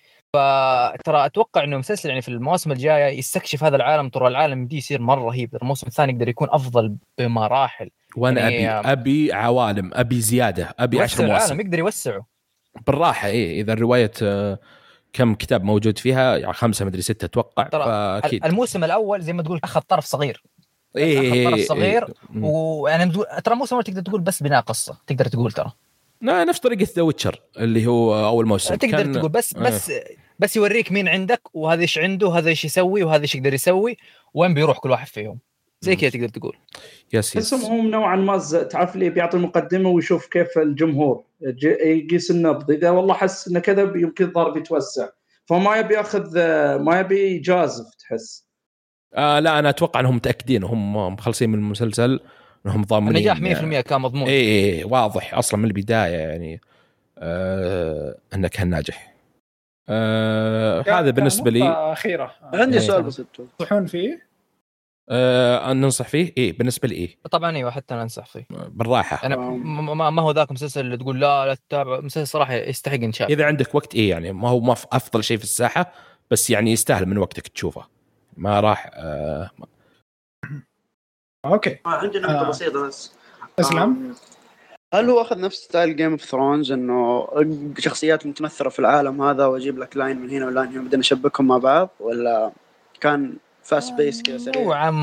فترى أتوقع إنه مسلسل يعني في المواسم الجاية يستكشف هذا العالم، ترى العالم دي يصير مرة رهيب، الموسم الثاني يقدر يكون أفضل بمراحل. وأنا يعني أبي عوالم، أبي زيادة، أبي 10 مواسم. العالم يقدر يوسعه بالراحة. إذا الرواية كم كتاب موجود فيها يعني 5 مدري 6 أتوقع، فأكيد الموسم الأول زي ما تقول أخذ طرف صغير طرف صغير ويعني ترى موسم تقدر تقول بس بناء قصة، تقدر تقول ترى نفس طريقة ذا ويتشر اللي هو أول موسم تقدر تقول بس يوريك مين عندك وهذا إيش عنده وهذا إيش يسوي وهذا إيش يقدر يسوي وين بيروح كل واحد فيهم، زي كذا تقدر تقول. بس هم نوعا ما تعرف لي بيعطي المقدمة ويشوف كيف الجمهور يقيس النبض، إذا والله حس إنه كذا يمكن الضرب يتوسع، فما يبي ياخذ ما يبي جازف تحس. لا أنا أتوقع أنهم متأكدين وهم مخلصين من المسلسل أنهم ضامنين النجاح 100% كان مضمون. إيه واضح أصلا من البداية يعني أنه كان ناجح. هذا بالنسبة لي. أخيرة عندي سؤال بسيط تنصحون فيه؟ ننصح فيه بالنسبة لي طبعا ايوه حتى انا انصح فيه بالراحة. انا ما هو ذاك مسلسل اللي تقول لا تتابع، مسلسل صراحة يستحق انشاف اذا عندك وقت يعني ما هو افضل شيء في الساحة، بس يعني يستاهل من وقتك تشوفه، ما راح اوكي عندي نقطة بسيطة بس اسلم. هل هو اخذ نفس ستايل جيم اوف ثرونز انه شخصيات متمثلة في العالم هذا واجيب لك لاين من هنا ولاين هنا بدنا نشبكهم مع بعض، ولا كان فاست بيس كذا سريع؟ نوعا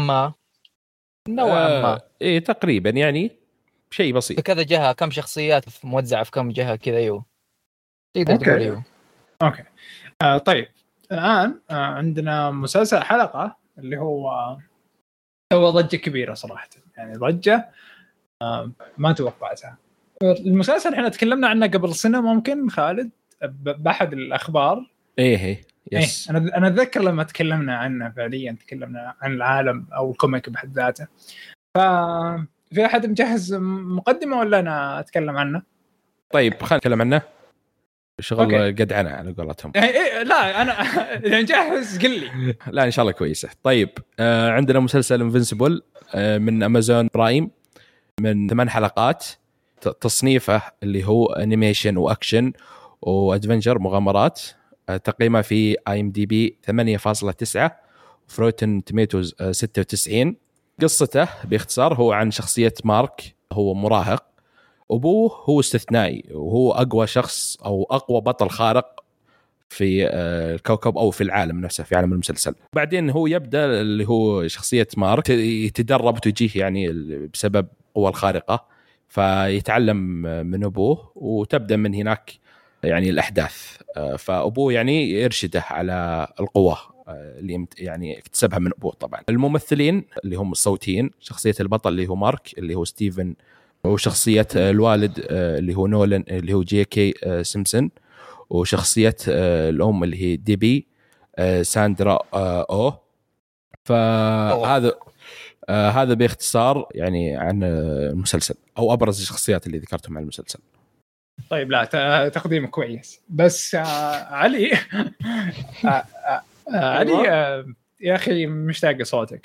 ما ايه تقريبا يعني شيء بسيط في كذا جهة، كم شخصيات موزعة في كم جهة كذا. ايوه تقدر تقول ايوه. اوكي طيب الان عندنا مسلسل حلقة اللي هو ضجة كبيرة صراحة، يعني ضجة ما توقعتها. المسلسل احنا تكلمنا عنه قبل سنة ممكن خالد بأحد الأخبار. ايه يس. انا اتذكر لما تكلمنا عنه فعليا تكلمنا عن العالم او الكوميك بحد ذاته. ففي احد مجهز مقدمه ولا انا اتكلم عنه؟ طيب خلينا نتكلم عنه. شغل قدعنا على قولتهم. إيه لا انا اذا مجهز قل لي. لا ان شاء الله كويسه. طيب عندنا مسلسل انفنسبل من امازون برايم من 8 حلقات. تصنيفه اللي هو انيميشن واكشن وادفنجر مغامرات. تقييمه في IMDb 8.9 وفروتن توميتوز 96. قصته باختصار هو عن شخصية مارك. هو مراهق، أبوه هو استثنائي وهو أقوى شخص أو أقوى بطل خارق في الكوكب أو في العالم نفسه في عالم المسلسل. بعدين هو يبدأ اللي هو شخصية مارك يتدرب وتجيه يعني بسبب قوة الخارقة، فيتعلم من أبوه وتبدأ من هناك يعني الأحداث. فأبوه يعني يرشده على القوة اللي يعني اكتسبها من أبوه. طبعا الممثلين اللي هم الصوتيين، شخصية البطل اللي هو مارك اللي هو ستيفن، وشخصية الوالد اللي هو نولان اللي هو جي.كي. سيمسون، وشخصية الأم اللي هي ديبي ساندرا فهذا هذا باختصار يعني عن المسلسل أو أبرز الشخصيات اللي ذكرتهم عن المسلسل. طيب لا تقديم كويس بس علي علي يا أخي مشتاق صوتك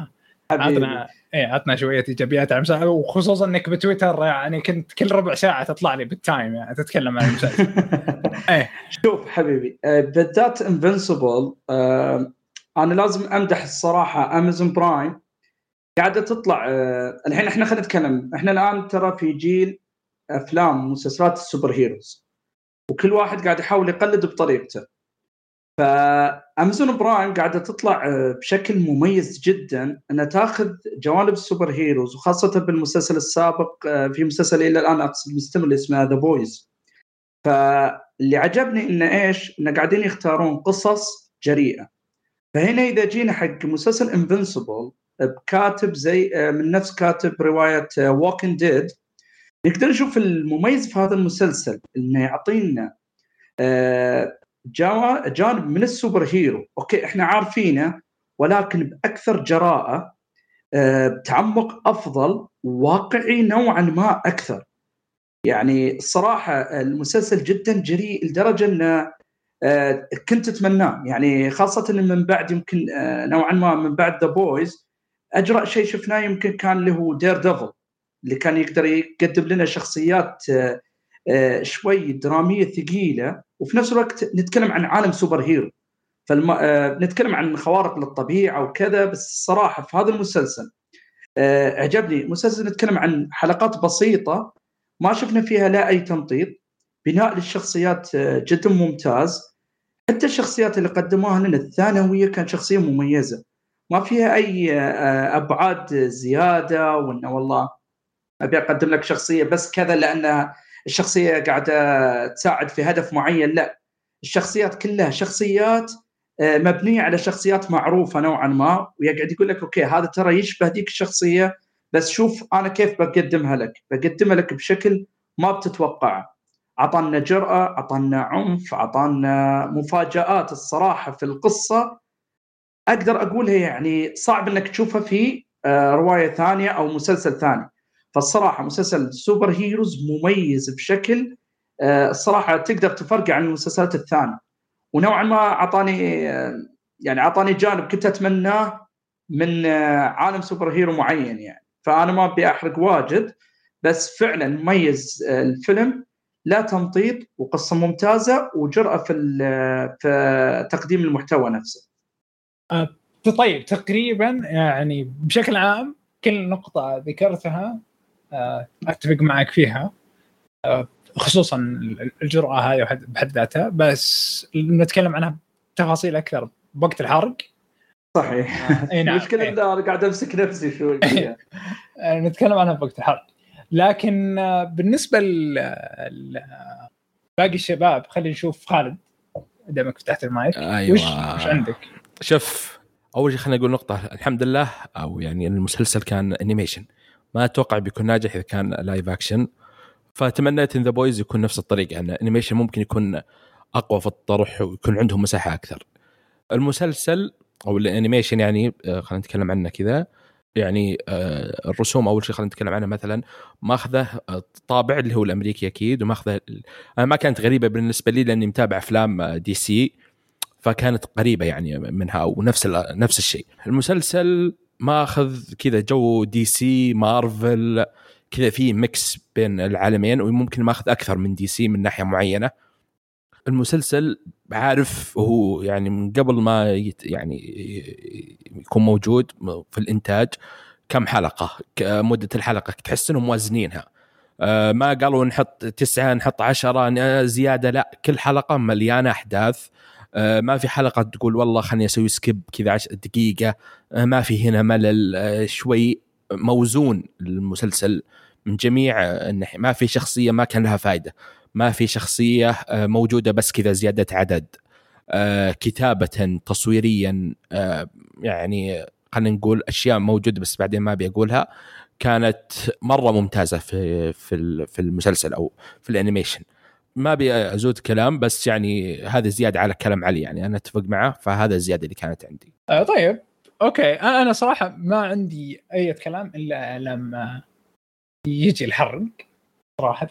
عطنا شوية إيجابيات عن المسلسل، وخصوصا إنك بتويتر يعني كنت كل ربع ساعة تطلع لي بالتايم يعني تتكلم عن المسلسل. شوف حبيبي بالذات انفنسبل أنا لازم أمدح الصراحة أمازون برايم قاعدة تطلع. الحين إحنا خلينا نتكلم، إحنا الآن ترى في جيل أفلام ومسلسلات السوبر هيروز وكل واحد قاعد يحاول يقلد بطريقته. فأمازون برايم قاعدة تطلع بشكل مميز جدا أنها تأخذ جوانب السوبر هيروز، وخاصة بالمسلسل السابق في مسلسل إلى الآن أقصد مستمر اسمه ذا بويز. فاللي عجبني إنه إيش إنه قاعدين يختارون قصص جريئة. فهنا إذا جينا حق مسلسل انفنسبل بكاتب زي من نفس كاتب رواية Walking Dead، نقدر نشوف المميز في هذا المسلسل إنه يعطينا جانب من السوبر هيرو أوكي إحنا عارفينه، ولكن بأكثر جراءة، بتعمق أفضل، واقعي نوعا ما أكثر. يعني الصراحة المسلسل جدا جريء لدرجة أن كنت أتمناه، يعني خاصة من بعد يمكن نوعا ما من بعد The Boys أجرأ شيء شفناه يمكن كان اللي هو دير ديفل، اللي كان يقدر يقدم لنا شخصيات شوي درامية ثقيلة وفي نفس الوقت نتكلم عن عالم سوبر هيرو، نتكلم عن خوارق للطبيعة وكذا. بس الصراحة في هذا المسلسل عجبني. مسلسل نتكلم عن حلقات بسيطة ما شفنا فيها لا أي تمطيط، بناء للشخصيات جدا ممتاز. حتى الشخصيات اللي قدموها لنا الثانوية كان شخصية مميزة، ما فيها أي أبعاد زيادة وإنه والله أبي أقدم لك شخصية بس كذا لأن الشخصية قاعدة تساعد في هدف معين. لا، الشخصيات كلها شخصيات مبنية على شخصيات معروفة نوعا ما، ويقعد يقول لك أوكي هذا ترى يشبه ديك الشخصية، بس شوف أنا كيف بقدمها لك بشكل ما بتتوقعه. عطانا جرأة، عطانا عنف، عطانا مفاجآت الصراحة في القصة أقدر أقولها يعني صعب أنك تشوفها في رواية ثانية أو مسلسل ثاني. فالصراحة مسلسل سوبر هيروز مميز بشكل الصراحة تقدر تفرق عن المسلسلات الثانية، ونوعا ما عطاني جانب كنت أتمناه من عالم سوبر هيرو معين يعني. فأنا ما أبي أحرق واجد، بس فعلا مميز الفيلم، لا تمطيط وقصة ممتازة وجرأة في تقديم المحتوى نفسه. طيب تقريبا يعني بشكل عام كل نقطة ذكرتها أتفق معك فيها، خصوصا الجرأة هاي بحد ذاتها، بس نتكلم عنها تفاصيل أكثر بوقت الحرق. صحيح. نعم. مشكلة أنا قاعد أمسك نفسي شوي. نتكلم عنها بوقت الحرق، لكن بالنسبة باقي الشباب خلينا نشوف. خالد دامك فتحت المايك، أيوة. وش عندك؟ شوف، أول شيء خلينا نقول نقطة، الحمد لله أو يعني المسلسل كان أنيميشن ما اتوقع بيكون ناجح اذا كان لايف اكشن. فتمنيت ان ذا بويز يكون نفس الطريقه، ان انيميشن ممكن يكون اقوى في الطرح ويكون عندهم مساحه اكثر. المسلسل او الانيميشن يعني خلينا نتكلم عنه كذا، يعني الرسوم اول شيء خلينا نتكلم عنها، مثلا ماخذه طابع اللي هو الامريكي اكيد، وماخذه انا ما كانت غريبه بالنسبه لي لاني متابع افلام دي سي، فكانت قريبه يعني منها، ونفس الشيء. المسلسل ماخذ كذا جو دي سي مارفل كذا، فيه ميكس بين العالمين، وممكن ماخذ اكثر من دي سي من ناحيه معينه. المسلسل عارف هو يعني من قبل ما يعني يكون موجود في الانتاج كم حلقه، مده الحلقه تحس انهم موازنينها، ما قالوا نحط 9 نحط 10 زياده، لا كل حلقه مليانه احداث. ما في حلقه تقول والله خلني اسوي سكيب كذا 10 دقيقه، ما في هنا ملل، شوي موزون المسلسل من جميع الناحية. ما في شخصيه ما كان لها فائده، ما في شخصيه موجوده بس كذا زياده عدد. كتابه تصويريا يعني خلينا نقول اشياء موجوده بس بعدين ما بيقولها، كانت مره ممتازه في المسلسل او في الانيميشن. ما بيزود كلام، بس يعني هذا زياده على كلام علي، يعني انا اتفق معه، فهذا الزياده اللي كانت عندي. طيب اوكي، انا صراحه ما عندي اي كلام الا لما يجي الحرق صراحه.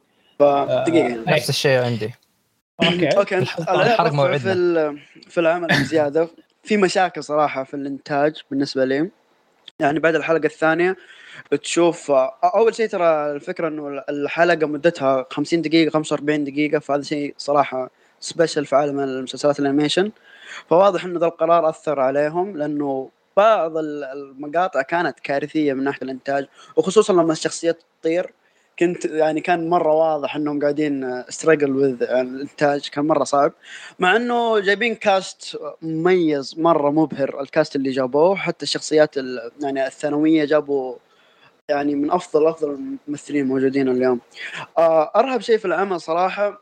دقيقه نفس الشيء عندي. اوكي الحرق موعدنا في العمل زياده في مشاكل صراحه في الانتاج بالنسبه لي. يعني بعد الحلقه الثانيه تشوف اول شيء ترى الفكره انه الحلقه مدتها 50 دقيقه 45 دقيقه، فهذا شيء صراحه سبيشل في عالم المسلسلات الانيميشن. فواضح انه ذا القرار اثر عليهم، لانه بعض المقاطع كانت كارثيه من ناحيه الانتاج، وخصوصا لما الشخصيات تطير كنت يعني كان مره واضح انهم قاعدين ستراجل وذ الانتاج، كان مره صعب. مع انه جايبين كاست مميز مره مبهر، الكاست اللي جابوه حتى الشخصيات يعني الثانويه جابوا يعني من افضل الممثلين الموجودين اليوم. ارهب شيء في العمل صراحه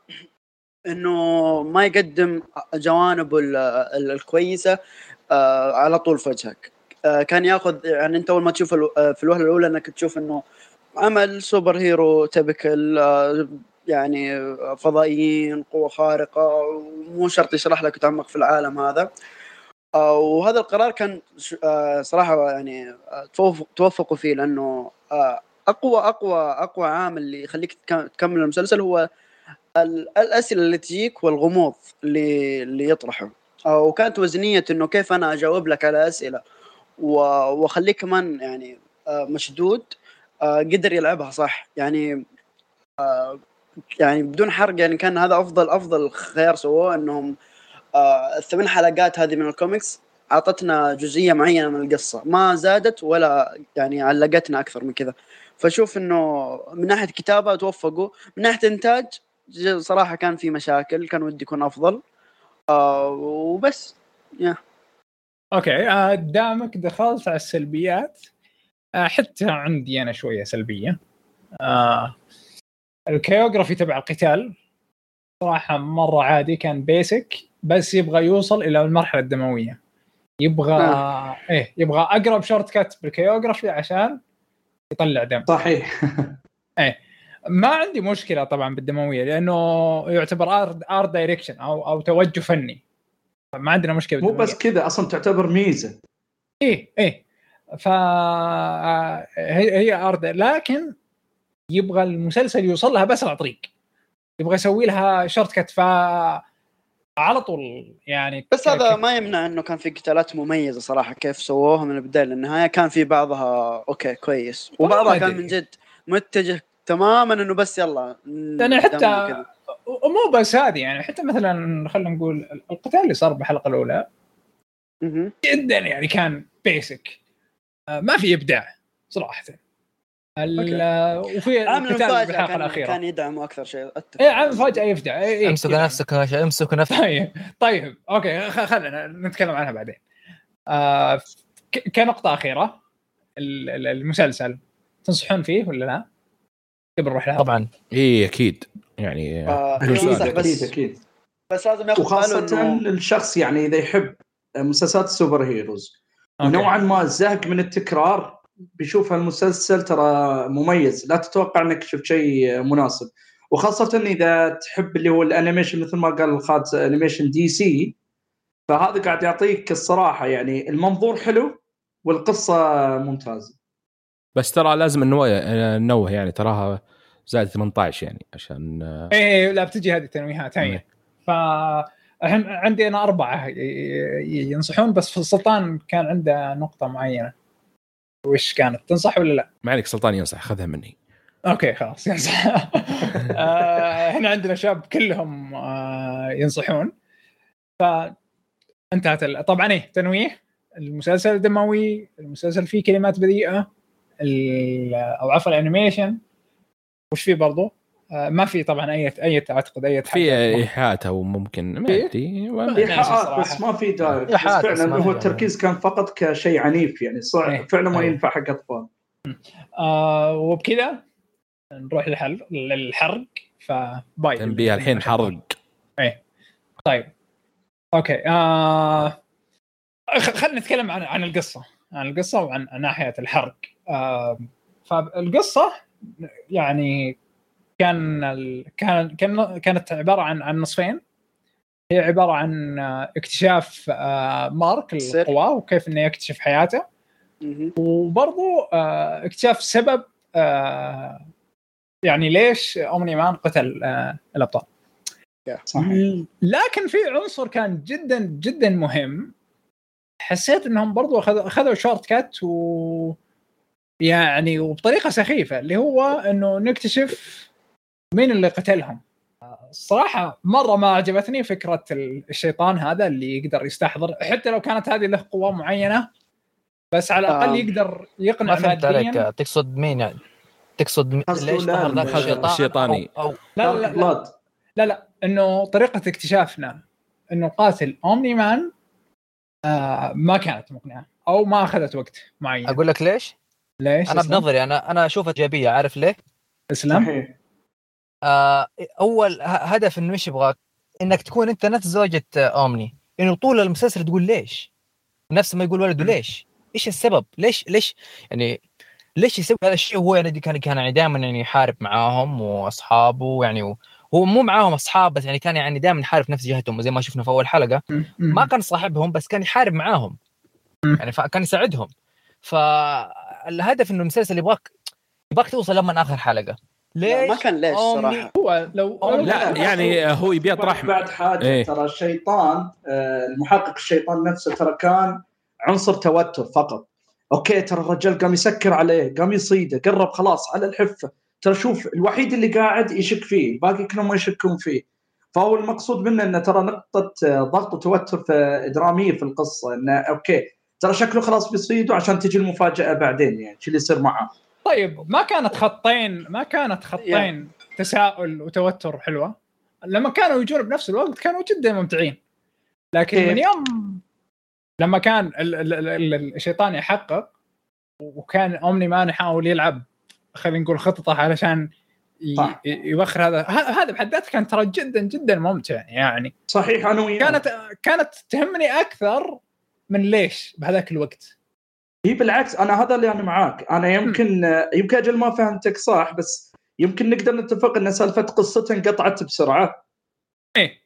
انه ما يقدم جوانب الكويسه على طول في وجهك. كان ياخذ يعني انت اول ما تشوف في الوهله الاولى انك تشوف انه عمل سوبر هيرو تبكل، يعني فضائيين قوه خارقه، مو شرط يشرح لك وتعمق في العالم هذا. وهذا القرار كان صراحه يعني توفقوا فيه، لانه اقوى عامل اللي يخليك تكمل المسلسل هو الاسئله اللي تجيك والغموض اللي يطرحه، وكانت وزنيه انه كيف انا اجاوب لك على اسئله واخليك كمان يعني مشدود. قدر يلعبها صح يعني، يعني بدون حرق، يعني كان هذا افضل خيار سووه، انهم 8 حلقات هذه من الكوميكس اعطتنا جزئيه معينه من القصه، ما زادت ولا يعني علقتنا اكثر من كذا. فشوف انه من ناحيه كتابه توفقوا، من ناحيه انتاج صراحه كان في مشاكل، كان ودي يكون افضل. وبس اوكي. دامك دخلت على السلبيات، حتى عندي انا شويه سلبيه. الكيوغرافي تبع القتال صراحه مره عادي، كان بيسك، بس يبغى يوصل الى المرحله الدمويه، يبغى يبغى اقرب شورت كات بالكيوغرافي عشان يطلع دم. صحيح. ما عندي مشكله طبعا بالدمويه، لانه يعتبر ار دايركشن او توجه فني، ما عندنا مشكله مو بس كذا، اصلا تعتبر ميزه. هي ارض، لكن يبغى المسلسل يوصل لها باسرع طريق، يبغى يسوي لها شورت كات على طول يعني. بس هذا ما يمنع انه كان في قتالات مميزه صراحه، كيف سووها من البدايه للنهايه كان في بعضها اوكي كويس، وبعضها كان من جد متجه تماما انه بس يلا يعني حتى ومو بس هذه، يعني حتى مثلا خلينا نقول القتال اللي صار بالحلقه الاولى جدا يعني كان بيسك، ما في ابداع صراحه. وفي القتال بالحلقه الاخيره كان يدعم اكثر شيء. عام فجاه يبدع. امسك نفسك امسك نفسك. طيب اوكي، خلينا نتكلم عنها بعدين. كنقطه اخيره، المسلسل تنصحون فيه ولا لا؟ قبل نروح لها. طبعا اكيد يعني اكيد بس لازم ياخذ وخاصه للشخص يعني اذا يحب مسلسلات السوبر هيروز ونوعا ما زهق من التكرار، بيشوف هالمسلسل ترى مميز، لا تتوقع انك شفت شيء مناسب. وخاصه اذا تحب اللي هو الانيميشن مثل ما قال الخالد انيميشن دي سي، فهذا قاعد يعطيك الصراحه يعني المنظور حلو والقصه ممتازه. بس ترى لازم ننوه يعني تراها زائد 18 يعني عشان ايه لا بتجي هذه التنويهات هي. عندي انا 4 ينصحون، بس في السلطان كان عنده نقطه معينه. وش كانت؟ تنصح ولا لا؟ ما عليك، سلطان ينصح، خذها مني. اوكي خلاص ينصح. هنا عندنا شباب كلهم ينصحون. فانتهت طبعا ايه تنويه. المسلسل دموي، المسلسل فيه كلمات بذيئه، او عفوا الانيميشن وش فيه برضو ما في طبعا اي اعتقد اي في ايحاءات او ممكن ما ادري ايحاءات بس ما في دايركت. بس فعلا هو التركيز كان فقط كشيء عنيف يعني فعلا ما ينفع حق اطفال. وبكذا نروح للحرق. فباي تنبيه الحين حرق. ايه طيب اوكي. خلينا نتكلم عن القصه وعن ناحيه الحرق. فالقصه يعني كانت عباره عن نصفين. هي عباره عن اكتشاف مارك القوى وكيف انه يكتشف حياته، وبرضو اكتشاف سبب يعني ليش أومني مان قتل الأبطال. لكن في عنصر كان جدا جدا مهم، حسيت انهم برضو اخذوا شورت كات يعني وبطريقه سخيفه، اللي هو انه نكتشف مين اللي قتلهم. الصراحه مره ما عجبتني فكره الشيطان هذا اللي يقدر يستحضر، حتى لو كانت هذه له قوه معينه، بس على الاقل يقدر يقنع ماديا. تقصد مين يعني؟ تقصد ليش ظهر ذاك الشيطاني أو لا انه طريقه اكتشافنا انه قاتل أومني مان ما كانت مقنعه او ما اخذت وقت معين. اقول لك ليش انا بنظري انا اشوفها ايجابيه. عارف ليه؟ اسلام. اول هدف انه ايش يبغاك انك تكون انت نفس زوجة أومني، انه طول المسلسل تقول ليش، نفس ما يقول ولده ليش، ايش السبب، ليش يعني ليش يسوي هذا الشيء. وهو يعني كان يعني دائما يعني يحارب معاهم واصحابه، يعني هو مو معاهم اصحاب بس يعني كان يعني دائما يحارب نفس جهتهم، زي ما شفنا في اول حلقه ما كان صاحبهم بس كان يحارب معاهم يعني كان يساعدهم. فالهدف انه المسلسل يبغاك توصل لما اخر حلقه. ليش ما كان ليش صراحه هو لو لا يعني هو يبي يطرح بعد حاجه ترى الشيطان المحقق الشيطان نفسه ترى كان عنصر توتر فقط. اوكي ترى الرجال قام يسكر عليه، قام يصيده، قرب خلاص على الحفه، ترى شوف الوحيد اللي قاعد يشك فيه، باقي كلهم ما يشكون فيه. فهو المقصود منه انه ترى نقطه ضغط وتوتر في دراميه في القصه، انه اوكي ترى شكله خلاص بيصيده عشان تجي المفاجاه بعدين، يعني شو اللي يصير معه. طيب ما كانت خطين تساؤل وتوتر حلوه لما كانوا يجون بنفس الوقت، كانوا جدا ممتعين. لكن من يوم لما كان الشيطان يحقق وكان أومني مان يحاول يلعب خلينا نقول خططه علشان يوخر هذا بحد ذاته كان ترى جدا جدا ممتع يعني. صحيح انا وياك كانت تهمني اكثر من ليش بهذاك الوقت. هي بالعكس انا هذا اللي انا معاك. انا يمكن اجل ما فهمتك صح، بس يمكن نقدر نتفق ان سالفه قصتها انقطعت بسرعه. ايه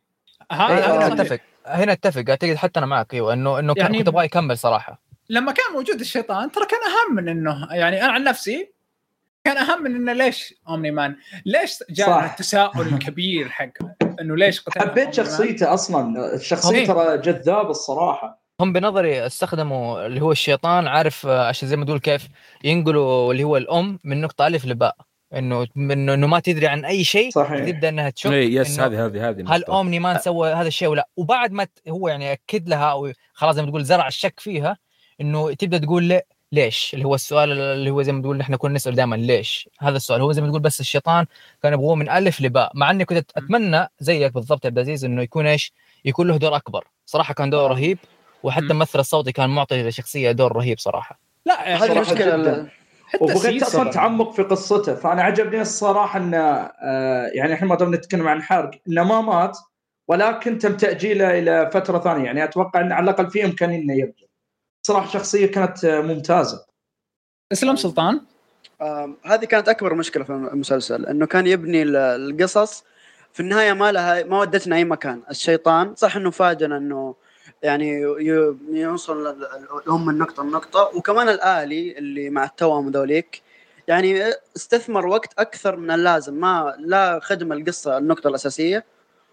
هنا اتفق اعتقد حتى انا معك. ايوه انه يعني كنت ابغى يكمل صراحه. لما كان موجود الشيطان ترى كان اهم من انه يعني انا عن نفسي كان اهم من انه ليش أومني مان ليش جاء التساؤل الكبير حقه انه ليش قتل. حبيت شخصيته اصلا، الشخصيه ترى جذاب الصراحه. هم بنظري استخدموا اللي هو الشيطان عارف عشان زي ما تقول كيف ينقلوا اللي هو الام من نقطه الف لباء، انه ما تدري عن اي شيء تبدا انها تشك يس هذه هل أومني مان سوى هذا الشيء ولا. وبعد ما هو يعني اكد لها او خلاص زي ما تقول زرع الشك فيها، انه تبدا تقول ليش، اللي هو السؤال اللي هو زي ما تقول نحن كنا نسال دائما ليش. هذا السؤال هو زي ما تقول بس الشيطان كان يبغوه من الف لباء. مع اني كنت اتمنى زيك بالضبط يا عبد العزيز انه يكون له دور اكبر. صراحه كان دور رهيب، وحتى الممثل الصوتي كان معطي للشخصيه دور رهيب صراحه. لا هذه المشكله وبغيت اصلا تعمق في قصته. فانا عجبني الصراحه انه يعني احنا ما دام نتكلم عن حرق انه ما مات، ولكن تم تاجيله الى فتره ثانيه. يعني اتوقع ان على الاقل في امكانيه انه يرجع. صراحه شخصيه كانت ممتازه. اسلم سلطان. هذه كانت أكبر مشكلة في المسلسل، إنه كان يبني القصص في النهاية ما ودتنا أي مكان. الشيطان صح إنه فادنا إنه يعني يوصل لهم النقطة، وكمان الآلي اللي مع التوأم ذوليك يعني استثمر وقت أكثر من اللازم، لا خدم القصة النقطة الأساسية،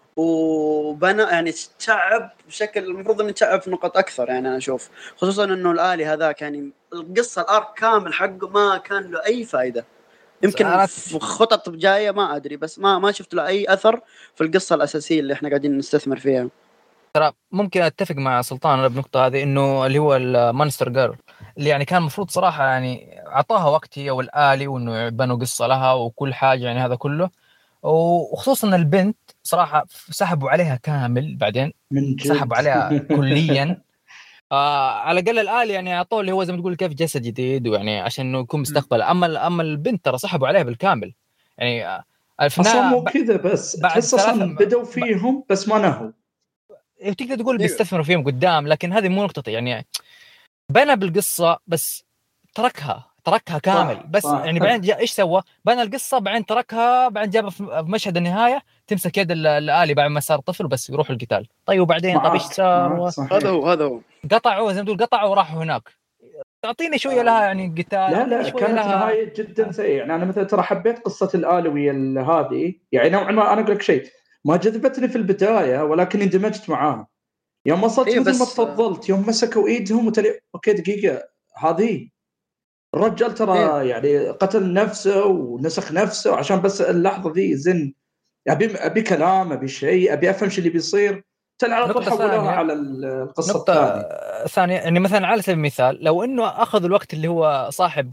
وبنى يعني تعب بشكل المفروض إنه تعب في نقط أكثر. يعني أنا أشوف خصوصا إنه الآلي هذاك يعني القصة الأرك كامل حقه ما كان له أي فائدة. يمكن في خطط جاية ما أدري، بس ما شفت له أي أثر في القصة الأساسية اللي إحنا قاعدين نستثمر فيها. ترى ممكن أتفق مع سلطان بنقطة هذه، إنه اللي هو المونستر جيرل اللي يعني كان مفروض صراحة يعني أعطاها وقت هي والآلي، وإنه بنوا قصة لها وكل حاجة يعني هذا كله، وخصوصا البنت صراحة سحبوا عليها كامل، بعدين سحبوا عليها كليا. على الأقل الآلي يعني أعطوه اللي هو زي ما تقول كيف جسد جديد، ويعني عشان إنه يكون مستقبل. أما البنت ترى سحبوا عليها بالكامل يعني. أصلا مو كذا، بس تحس أصلا بدوا فيهم بس ما نهوا. تقدر تقول بيستثمروا فيهم قدام، لكن هذه مو نقطتي. يعني بنى بالقصة بس تركها كامل. بس يعني بعدين ايش سوى؟ بنى القصة بعدين تركها، بعدين جابها في مشهد النهاية تمسك يد الآلي بعد ما صار طفل بس يروح القتال. طيب وبعدين طب ايش صار؟ هذا هو قطعوا زي ما تقول، قطعوا وراحوا هناك. تعطيني شوية لها يعني قتال. لا كانت نهاية جدا سيئة. يعني أنا مثلا ترى حبيت قصة الآلوية هذه، يعني نوعا ما أنا أقول لك شيء ما جذبتني في البداية، ولكن اندمجت معاها يوم وصلت مثل ما تفضلت، يوم مسكوا إيدهم وتلي أوكي دقيقة هذه الرجال ترى يعني قتل نفسه ونسخ نفسه عشان بس اللحظة ذي زين. أبي كلام، أبي شيء، أبي أفهم شو اللي بيصير. على طول حولوها على القصة الثانية. يعني مثلا على سبيل المثال لو إنه أخذوا الوقت اللي هو صاحب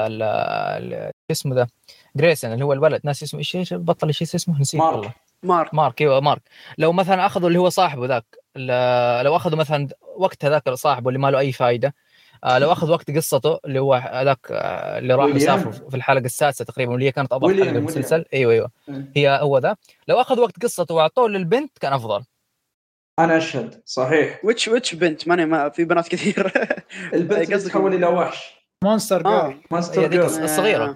اسمه ذا جريسون اللي هو الولد، ناس اسمه إيش بطل إيش اسمه نسيت والله. مارك أيوة مارك. لو مثلا أخذوا اللي هو صاحبه ذاك، لو أخذوا مثلا وقت هذاك صاحبه اللي ما له أي فائدة، لو أخذ وقت قصته اللي هو هذاك اللي راح يسافر في الحلقة السادسة تقريبا، واللي هي كانت أضخم حلقة بالمسلسل. أيوة هي هو ذا. لو أخذ وقت قصته وعطوه للبنت كان أفضل. أنا أشهد صحيح. وش بنت؟ ما في بنات كثير. البنت اللي تحول إلى وحش. مونستر جيرل. مونستر جيرل الصغيرة.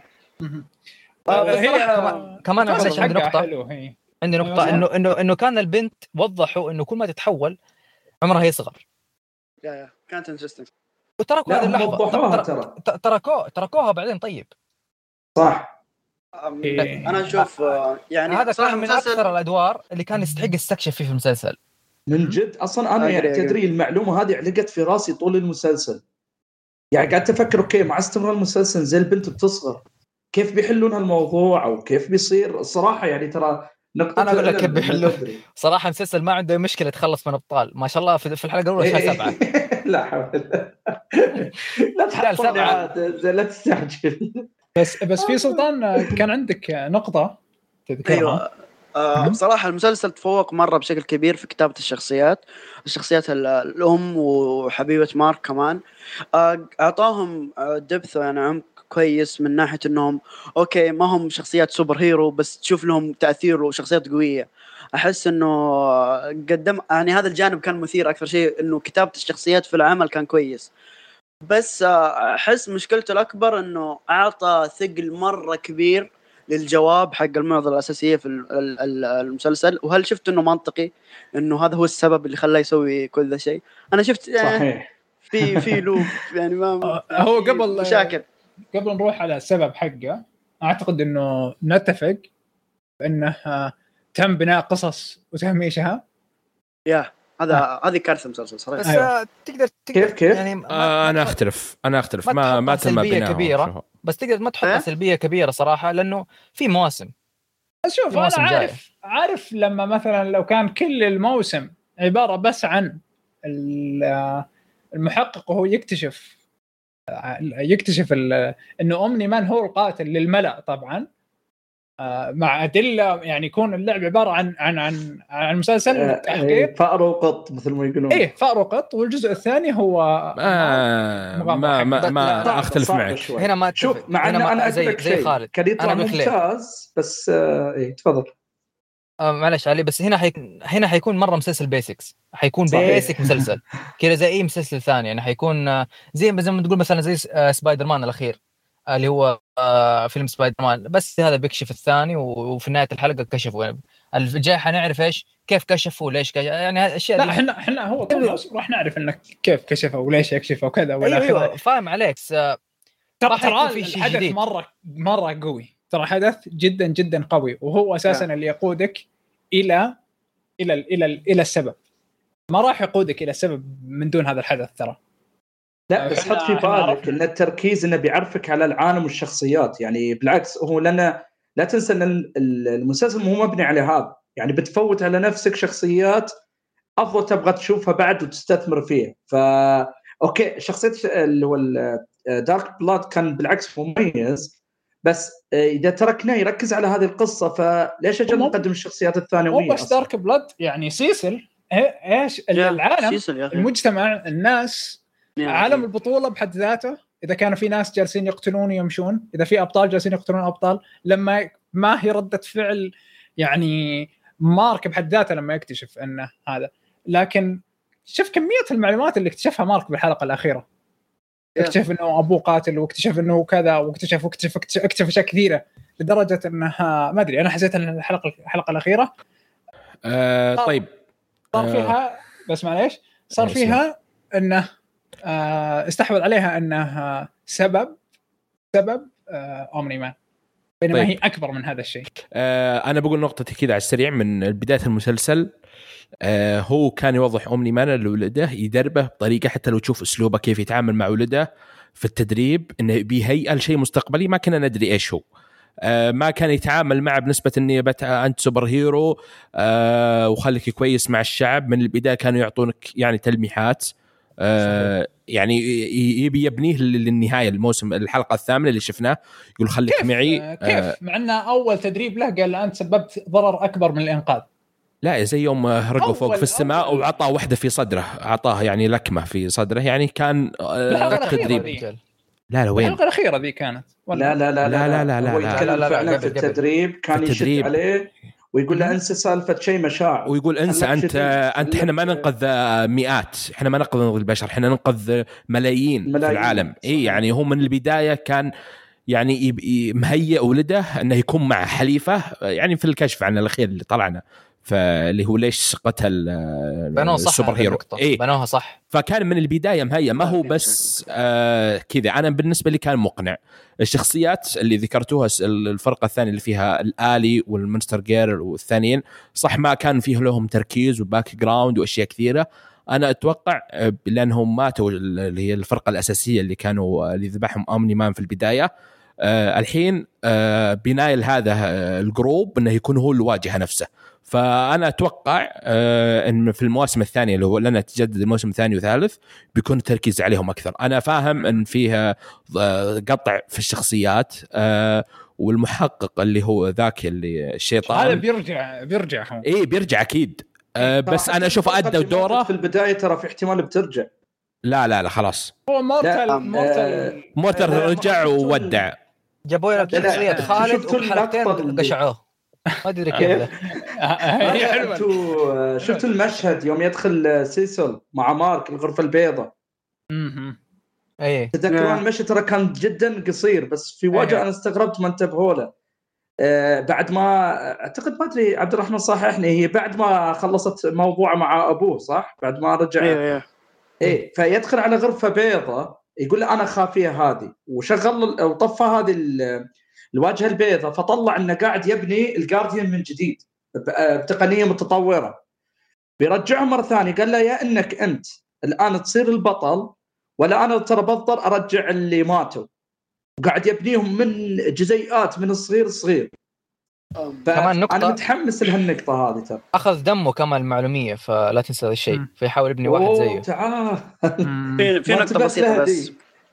كمان معلش عندي نقطة. عندي نقطة إنه كان البنت وضحوا إنه كل ما تتحول عمرها يصغر. كانت انترستنج. وتركوا هذه اللحظة. تركوها بعدين. طيب صح. أنا أشوف يعني هذا كان من أكثر الأدوار اللي كان يستحق استكشف فيه في المسلسل من جد. أصلا أنا يعني تدري المعلومة هذه علقت في راسي طول المسلسل. يعني قاعد أفكر أوكي مع استمرار المسلسل زي البنت بتصغر كيف بيحلون هالموضوع أو كيف بيصير. الصراحة يعني ترى نقطة أنا أقول لك كيف بيحلون. صراحة المسلسل ما عنده مشكلة تخلص من أبطال ما شاء الله. في الحلقة الأولى شاء 7. لا حول لا تحطني عاد لا تستعجل. بس في سلطان كان عندك نقطة تذكرها. أيوة. بصراحة المسلسل تفوق مرة بشكل كبير في كتابة الشخصيات الأم وحبيبة مارك كمان. أعطاهم دبث يعني عمق كويس من ناحية إنهم أوكي ما هم شخصيات سوبر هيرو بس تشوف لهم تأثير وشخصيات قوية. أحس إنه قدم يعني هذا الجانب كان مثير أكثر شيء، إنه كتابة الشخصيات في العمل كان كويس. بس أحس مشكلته الأكبر إنه أعطى ثقل مرة كبير للجواب حق المعضلة الأساسية في المسلسل. وهل شفت إنه منطقي إنه هذا هو السبب اللي خلاه يسوي كل ذا شيء؟ أنا شفت صحيح في لوب يعني ما هو قبل مشاكل. قبل نروح على السبب حقه أعتقد إنه نتفق بأنه تم بناء قصص وتهميشها. هذه كارثة مسلسل صراحة. بس أيوة. تقدر كيف يعني أنا أختلف ما تم بناء كبيرة. بس تقدر ما تحط سلبية كبيرة صراحة لأنه في مواسم. شوف أنا عارف لما مثلا لو كان كل الموسم عبارة بس عن المحقق وهو يكتشف إنه أومني مان هو القاتل للملأ طبعا مع أدلة، يعني يكون اللعب عبارة عن مسلسل تحقيق فأر وقط مثل ما يقولون. إيه فأر وقط. والجزء الثاني هو ما أختلف معك هنا. ما شوف مع أنا زي خالد كان يطلع ممتاز بس إيه تفضل. معلش علي بس هنا حيكون مرة مسلسل بيسكس. حيكون بيسك مسلسل كذا زي أي مسلسل ثاني. يعني حيكون زي ما تقول مثلا زي سبايدر مان الأخير اللي هو فيلم سبايدر مان، بس هذا بيكشف الثاني وفي نهايه الحلقه كشفوا الجاي حنعرف ايش كيف كشفوا وليش يعني الاشياء لا احنا هو كل موسم راح نعرف انك كيف كشفه وليش يكشفه وكذا ولا ايوه فاهم عليك. ترى الحدث مره قوي، ترى حدث جدا جدا قوي، وهو اساسا اللي يقودك الى السبب، ما راح يقودك الى السبب من دون هذا الحدث ترى. لا بس حط في بالك ان التركيز انه بيعرفك على العالم والشخصيات، يعني بالعكس هو لنا لا تنسى ان المسلسل مو مبني على هذا، يعني بتفوت على نفسك شخصيات افضل تبغى تشوفها بعد وتستثمر فيها. فا اوكي شخصيه اللي هو دارك بلاد كان بالعكس مميز، بس اذا تركناه يركز على هذه القصه فليش اجل نقدم الشخصيات الثانويه؟ مو بس دارك بلاد، يعني سيسل ايش العالم المجتمع الناس عالم البطوله بحد ذاته، اذا كانوا في ناس جالسين يقتلون يمشون، اذا في ابطال جالسين يقتلون ابطال، لما ما هي رده فعل يعني مارك بحد ذاته لما يكتشف انه هذا. لكن شوف كميه المعلومات اللي اكتشفها مارك بالحلقه الاخيره، اكتشف انه ابوه قاتل، واكتشف انه كذا، واكتشف اشياء كثيره لدرجه انها ما ادري، انا حسيت ان الحلقه الاخيره طيب صار فيها بس معليش صار فيها انه استحوذ عليها انه سبب اومني مان، بينما طيب. هي اكبر من هذا الشيء. انا بقول نقطتي كذا على السريع. من بدايه المسلسل هو كان يوضح اومني مان لولده، يدربه بطريقه حتى لو تشوف اسلوبه كيف يتعامل مع ولده في التدريب، انه بيهيئ لشيء مستقبلي ما كنا ندري ايش هو. ما كان يتعامل معه بنسبة اني انت سوبر هيرو وخليك كويس مع الشعب. من البداية كانوا يعطونك يعني تلميحات يعني يبي يبنيه للنهاية. الموسم الحلقة الثامنة اللي شفناه يقول خليك كيف معي كيف مع انه اول تدريب له قال انت سببت ضرر اكبر من الانقاذ. لا زي يوم رقوا فوق في السماء وعطاه واحدة في صدره، عطاه يعني لكمة في صدره، يعني كان تدريب. لا وين الحلقة الأخيرة ذي كانت لا لا لا لا لا هو يتكلم فعلا في التدريب، كان يشد عليه ويقول له انسى سالفة شيء مشاعر، ويقول انسى انت احنا ما ننقذ مئات، احنا ما ننقذ البشر، احنا ننقذ ملايين في العالم. اي يعني هو من البداية كان يعني مهيئ ولده انه يكون مع حليفة. يعني في الكشف عن الاخير اللي طلعنا فاللي هو ليش قتل السوبر هيرو، إيه؟ بنوها صح. فكان من البداية مهيئ، ما هو بس كذا. أنا بالنسبة لي كان مقنع. الشخصيات اللي ذكرتوها الفرقة الثانية اللي فيها الآلي والمونستر جير والثانيين صح ما كان فيه لهم تركيز وباك جراوند وأشياء كثيرة. أنا أتوقع لأنهم ماتوا اللي هي الفرقة الأساسية اللي كانوا اللي ذبحهم أومني مان في البداية. الحين بناء هذا الجروب أنه يكون هو الواجهة نفسه. فأنا أتوقع أن في المواسم الثانية اللي هو لنا تجدد الموسم الثاني وثالث بيكون التركيز عليهم أكثر. أنا فاهم أن فيها قطع في الشخصيات والمحقق اللي هو ذاك اللي الشيطان هذا بيرجع إيه بيرجع أكيد. بس أنا أشوف أدى دوره في البداية، ترى في احتمال بترجع. لا خلاص هو مورتل رجع وودع. جابوا لك شخصية خالد وحلقتين قشعوه ما أدري كيف. هي حلوة. شفت المشهد يوم يدخل سيسل مع مارك الغرفة البيضاء؟ ايه تذكرون المشهد؟ ترى كان جدا قصير بس في وجه أنا استغربت ما انتبهوا له. بعد ما أعتقد ما أدري عبد الرحمن صححني، هي بعد ما خلصت موضوع مع أبوه صح؟ بعد ما رجع إيه فيدخل على غرفة بيضاء يقول له أنا خافية هذه، وشغل وطفى هذه الواجهة البيضاء، فطلع أنه قاعد يبني الجارديان من جديد بتقنية متطورة. بيرجعه مرة ثانية قال له يا إنك أنت الآن تصير البطل ولا أنا ترى بضطر أرجع اللي ماتوا، وقاعد يبنيهم من جزيئات من الصغير صغير. كمان نقطة أنا متحمس لهالنقطة هذه. ترى أخذ دمه كمان المعلومية فلا تنسى هذا الشيء، فيحاول يبني واحد زيه. في نقطة بسيطة بس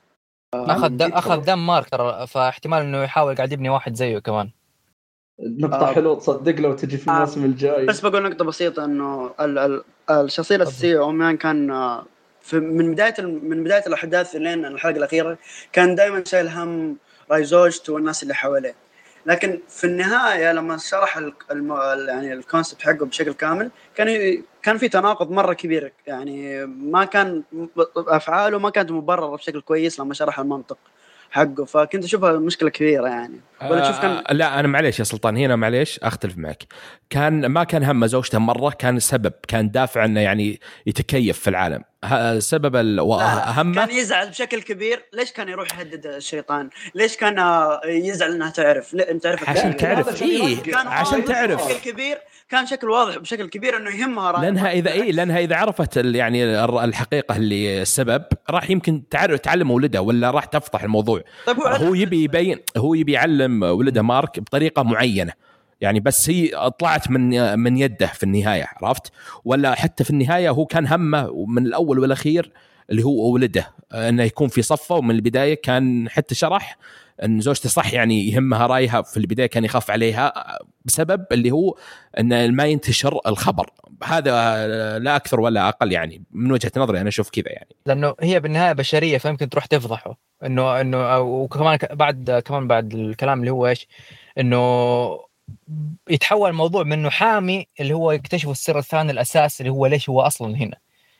أخذ دم مارك ترى، فاحتمال إنه يحاول قاعد يبني واحد زيه كمان. نقطة حلوة تصدق لو تجي في الموسم الجاي. بس بقول نقطة بسيطة إنه الشخصية الأساسية أومان كان من بداية الأحداث لين الحلقة الأخيرة كان دائما شايل هم رايزوجته والناس اللي حواليه، لكن في النهاية لما شرح يعني الكونسبت حقه بشكل كامل كان في تناقض مرة كبير. يعني ما كان أفعاله ما كانت مبررة بشكل كويس لما شرح المنطق. حقه، فكنت اشوفها مشكله كبيره يعني. ولا تشوف كان لا انا معليش يا سلطان، هنا معليش اختلف معك. ما كان هم زوجته مره، كان سبب، كان دافع انه يعني يتكيف في العالم، سبب اهم. كان يزعل بشكل كبير. ليش كان يروح يهدد الشيطان؟ ليش كان يزعل انها تعرف؟ انت تعرف عشان تعرف عشان تعرف بشكل كبير، كان شكل واضح بشكل كبير انه يهمها لانها اذا عرفت يعني الحقيقه اللي السبب، راح يمكن تعلم ولده، ولا راح تفضح الموضوع. طيب هو يبي يبين، هو يبي يعلم ولده مارك بطريقه معينه يعني، بس هي طلعت من يده في النهايه، عرفت؟ ولا حتى في النهايه هو كان همه من الاول والاخير اللي هو ولده انه يكون في صفه، ومن البدايه كان حتى شرح ان زوجته صح يعني يهمها رايها في البدايه، كان يخاف عليها بسبب اللي هو ان ما ينتشر الخبر هذا، لا اكثر ولا اقل يعني، من وجهه نظري انا اشوف كذا يعني، لانه هي بالنهايه بشريه، فيمكن تروح تفضحه انه وكمان بعد الكلام اللي هو ايش، انه يتحول الموضوع منه حامي اللي هو يكتشف السر الثاني الاساس اللي هو ليش هو اصلا هنا.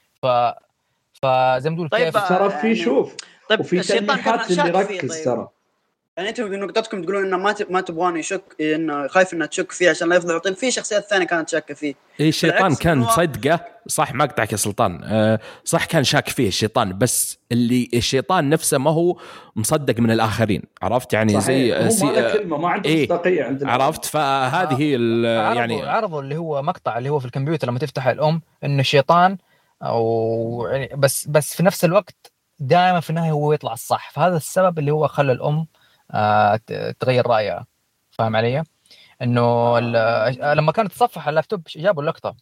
فزي ما تقول طيب كيف ترى في يعني شوف طيب وفي تلميحات اللي ركز ترى يعني انتم نقطتكم تقولون انه ما تبغون يشك، انه خايف انه تشك فيه عشان لا يفضح. طيب في شخصيات ثانيه كانت شاكه فيه. الشيطان كان مصدقه صح، ما قطعك يا سلطان، صح كان شاك فيه الشيطان، بس اللي الشيطان نفسه ما هو مصدق من الاخرين، عرفت يعني؟ زي ما له كلمه، ما عنده مصداقيه عندنا، عرفت؟ فهذه هي يعني عرضوا اللي هو مقطع اللي هو في الكمبيوتر لما تفتح الام انه الشيطان او يعني بس في نفس الوقت دائما في النهايه هو يطلع الصح. فهذا السبب اللي هو خلى الام تغير رايها. فاهم علي؟ انه لما كانت تصفح اللابتوب جابوا اللقطه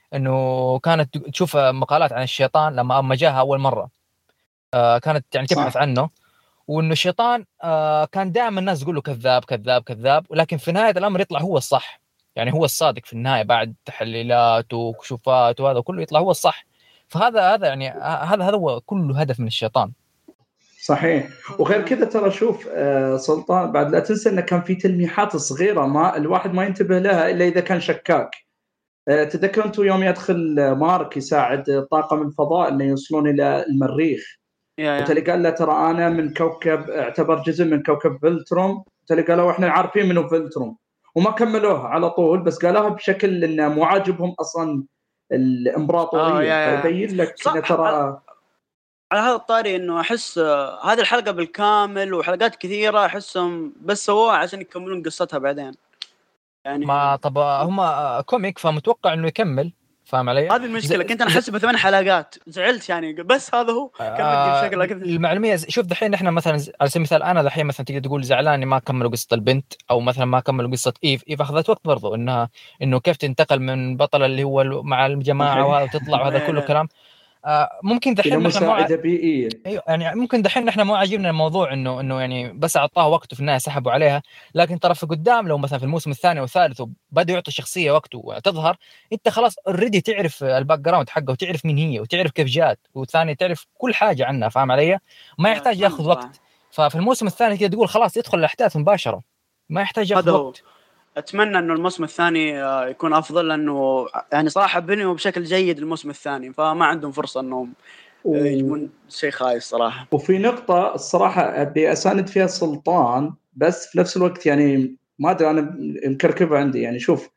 انه كانت تشوف مقالات عن الشيطان لما جاها اول مره، كانت يعني تبحث عنه، وانه الشيطان كان دائما الناس تقول له كذاب كذاب كذاب، ولكن في نهايه الامر يطلع هو الصح، يعني هو الصادق في النهايه بعد تحليلات وكشوفات وهذا كله يطلع هو الصح. فهذا يعني هذا هو كله هدف من الشيطان. صحيح. وغير كذا ترى شوف سلطان، بعد لا تنسى انه كان في تلميحات صغيره ما الواحد ما ينتبه لها الا اذا كان شكاك. تذكروا انتم يوم يدخل مارك يساعد طاقم الفضاء انه يوصلون الى المريخ، وتلقى له ترى انا من كوكب، اعتبر جزء من كوكب فلتروم، تلقى له احنا عارفين منه فلتروم، وما كملوها على طول، بس قالوها بشكل انه مو عاجبهم اصلا الامبراطوريه. فيبين لك ترى على هذا الطاري انه احس هذه الحلقه بالكامل وحلقات كثيره احسهم بس سووها عشان يكملون قصتها بعدين يعني. ما طب هم كوميك فمتوقع انه يكمل، فاهم علي؟ هذه المشكله، كنت انا احسبه 8 حلقات، زعلت يعني، بس هذا هو كان بدي بشكل اكثر. المعلوميه شوف دحين احنا مثلا على سبيل المثال انا دحين مثلا تقدر تقول زعلان ما كملوا قصه البنت، او مثلا ما كملوا قصه ايف اخذت وقت برضو انه كيف تنتقل من بطل اللي هو مع الجماعه وهذا وتطلع وهذا كله كلام. ممكن دحين مساعده بيئيه، ايوه يعني ممكن دحين احنا مو عاجبنا الموضوع انه يعني بس اعطاه وقته في النهايه سحبوا عليها، لكن ترى في قدام لو مثلا في الموسم الثاني والثالث بدأوا يعطوا شخصيه وقته وتظهر، انت خلاص اوريدي تعرف الباك جراوند حقه وتعرف مين هي وتعرف كيف جات، والثاني تعرف كل حاجه عنها، فاهم علي؟ ما يحتاج ياخذ وقت. ففي الموسم الثاني كده تقول خلاص يدخل الاحداث مباشره، ما يحتاج ياخذ وقت. اتمنى انه الموسم الثاني يكون افضل، لانه يعني صراحه بنيوا بشكل جيد الموسم الثاني، فما عندهم فرصه انهم يجمون شيء خايس صراحه. وفي نقطه الصراحه ابي اساند فيها سلطان، بس في نفس الوقت يعني ما ادري انا مكركبه عندي يعني. شوف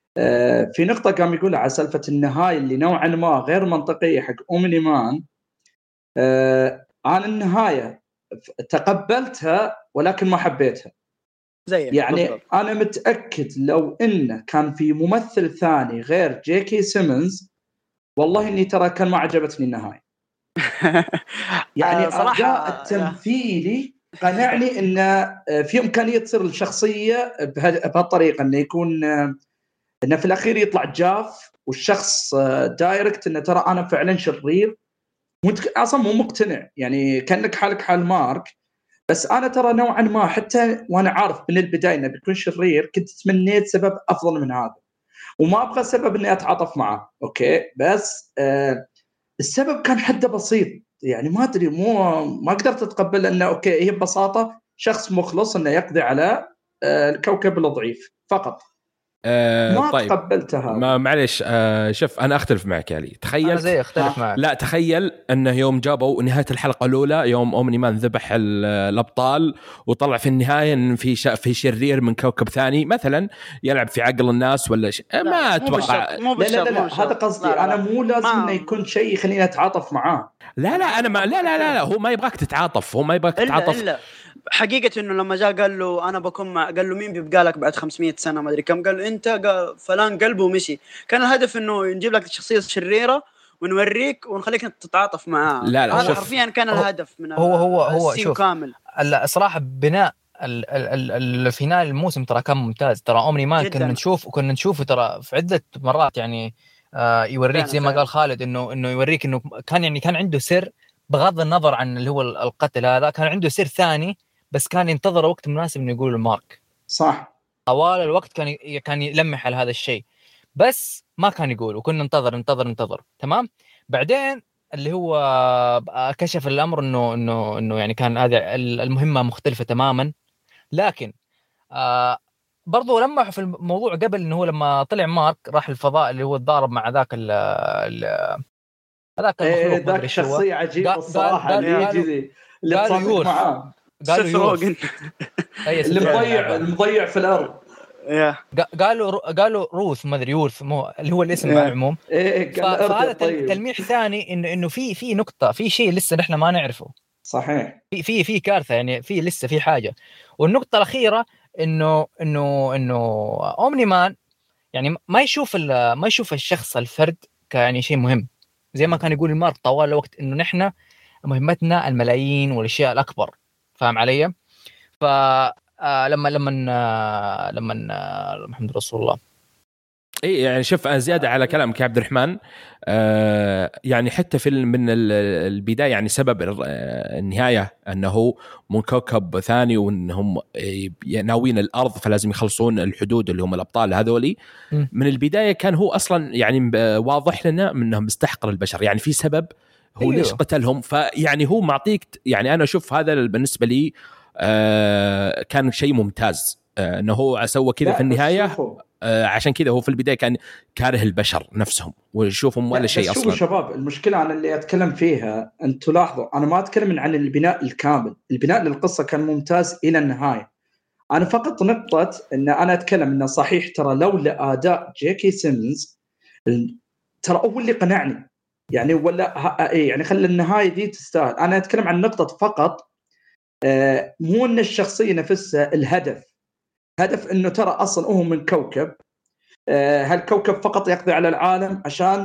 في نقطه قام يقولها على سالفه النهايه اللي نوعا ما غير منطقيه حق اومني مان. انا النهايه تقبلتها ولكن ما حبيتها يعني بالضبط. انا متاكد لو انه كان في ممثل ثاني غير جيكي سيمنز والله اني ترى كان ما عجبتني النهايه. يعني صراحه التمثيلي قنعني ان في امكانيه تصير الشخصيه بهالطريقه، انه يكون انه في الاخير يطلع جاف والشخص دايركت انه ترى انا فعلا شرير، اصلا مو مقتنع يعني، كانك حالك حال مارك. بس انا ترى نوعا ما حتى وانا عارف من البدايه انه بيكون شرير كنت تمنيت سبب افضل من هذا، وما ابغى سبب اني اتعاطف معه اوكي، بس السبب كان حده بسيط يعني، ما ادري ما قدرت اتقبل انه اوكي هي ببساطه شخص مخلص انه يقضي على الكوكب الضعيف فقط. ما طيب تقبلتها. ما معليش، شوف انا اختلف معك يا علي. تخيل انا زي اختلف معك. لا تخيل انه يوم جابوا نهايه الحلقه الاولى يوم اومني مان ذبح الابطال وطلع في النهايه ان في شرير من كوكب ثاني مثلا يلعب في عقل الناس ولا شيء. ما اتوقع. لا هذا قصدي. انا مو لازم انه يكون شيء يخليني اتعاطف معاه. لا انا ما لا هو ما يبغاك تتعاطف. هو ما يبغاك تتعاطف إلا حقيقة إنه لما جاء قال له أنا بكون قال له مين بيبقى لك بعد 500 سنة ما أدري كم، قال له أنت، قال فلان قلبه ومشي. كان الهدف إنه نجيب لك شخصية شريرة ونوريك ونخليك تتعاطف معاه. لا هذا حرفيا كان الهدف من هو السيو كامل. الصراحة بناء الفينال الموسم ترى كان ممتاز. ترى أومني مان كنا نشوفه ترى في عدة مرات يعني. يوريك زي ما قال خالد إنه يوريك إنه كان عنده سر، بغض النظر عن اللي هو القتل هذا، كان عنده سر ثاني بس كان ينتظر وقت مناسب إنه يقول المارك. صح. طوال الوقت كان يلمح على هذا الشيء بس ما كان يقول، وكنا ننتظر. تمام. بعدين اللي هو كشف الأمر إنه يعني كان هذه المهمة مختلفة تماما. لكن برضو لمحوا في الموضوع قبل إنه هو لما طلع مارك راح الفضاء اللي هو اتضارب مع ذاك هذاك المخلوق. ذاك شخصية عجيبة الصراحة اللي يجي اللي تصادق معاه. قالوا المضيع في الأرض. قالوا روث ما ادري يورث اللي هو الاسم على العموم. فهذا تلميح ثاني انه في نقطه، في شيء لسه نحن ما نعرفه. صحيح. في كارثه يعني، في لسه في حاجه. والنقطه الاخيره انه اومني مان يعني ما يشوف الشخص الفرد كيعني شيء مهم زي ما كان يقول المارك طوال الوقت انه نحن مهمتنا الملايين والاشياء الاكبر. فاهم علي؟ لما محمد رسول الله. اي يعني شوف زياده على كلامك يا عبد الرحمن، يعني حتى في من البدايه يعني سبب النهايه انه من كوكب ثاني وانهم ناويين الارض فلازم يخلصون الحدود اللي هم الابطال هذولي. من البدايه كان هو اصلا يعني واضح لنا انهم مستحقر البشر، يعني في سبب هو ليش قتلهم. فيعني هو معطيك يعني انا اشوف هذا بالنسبه لي كان شيء ممتاز انه هو سوى كذا في النهايه. عشان كذا هو في البدايه كان كاره البشر نفسهم ويشوفهم ولا شيء اصلا. شوفوا شباب، المشكله انا اللي اتكلم فيها انتم لاحظوا انا ما اتكلم عن البناء الكامل. البناء للقصه كان ممتاز الى النهايه. انا فقط نقطه ان انا اتكلم انه صحيح ترى لولا اداء جيكي سيمنز ترى هو اللي قنعني يعني، ولا يعني خلي النهايه دي تستاهل. انا اتكلم عن نقطه فقط، مو ان الشخصيه نفسها هدف انه ترى اصلا هو من كوكب، هالكوكب فقط يقضي على العالم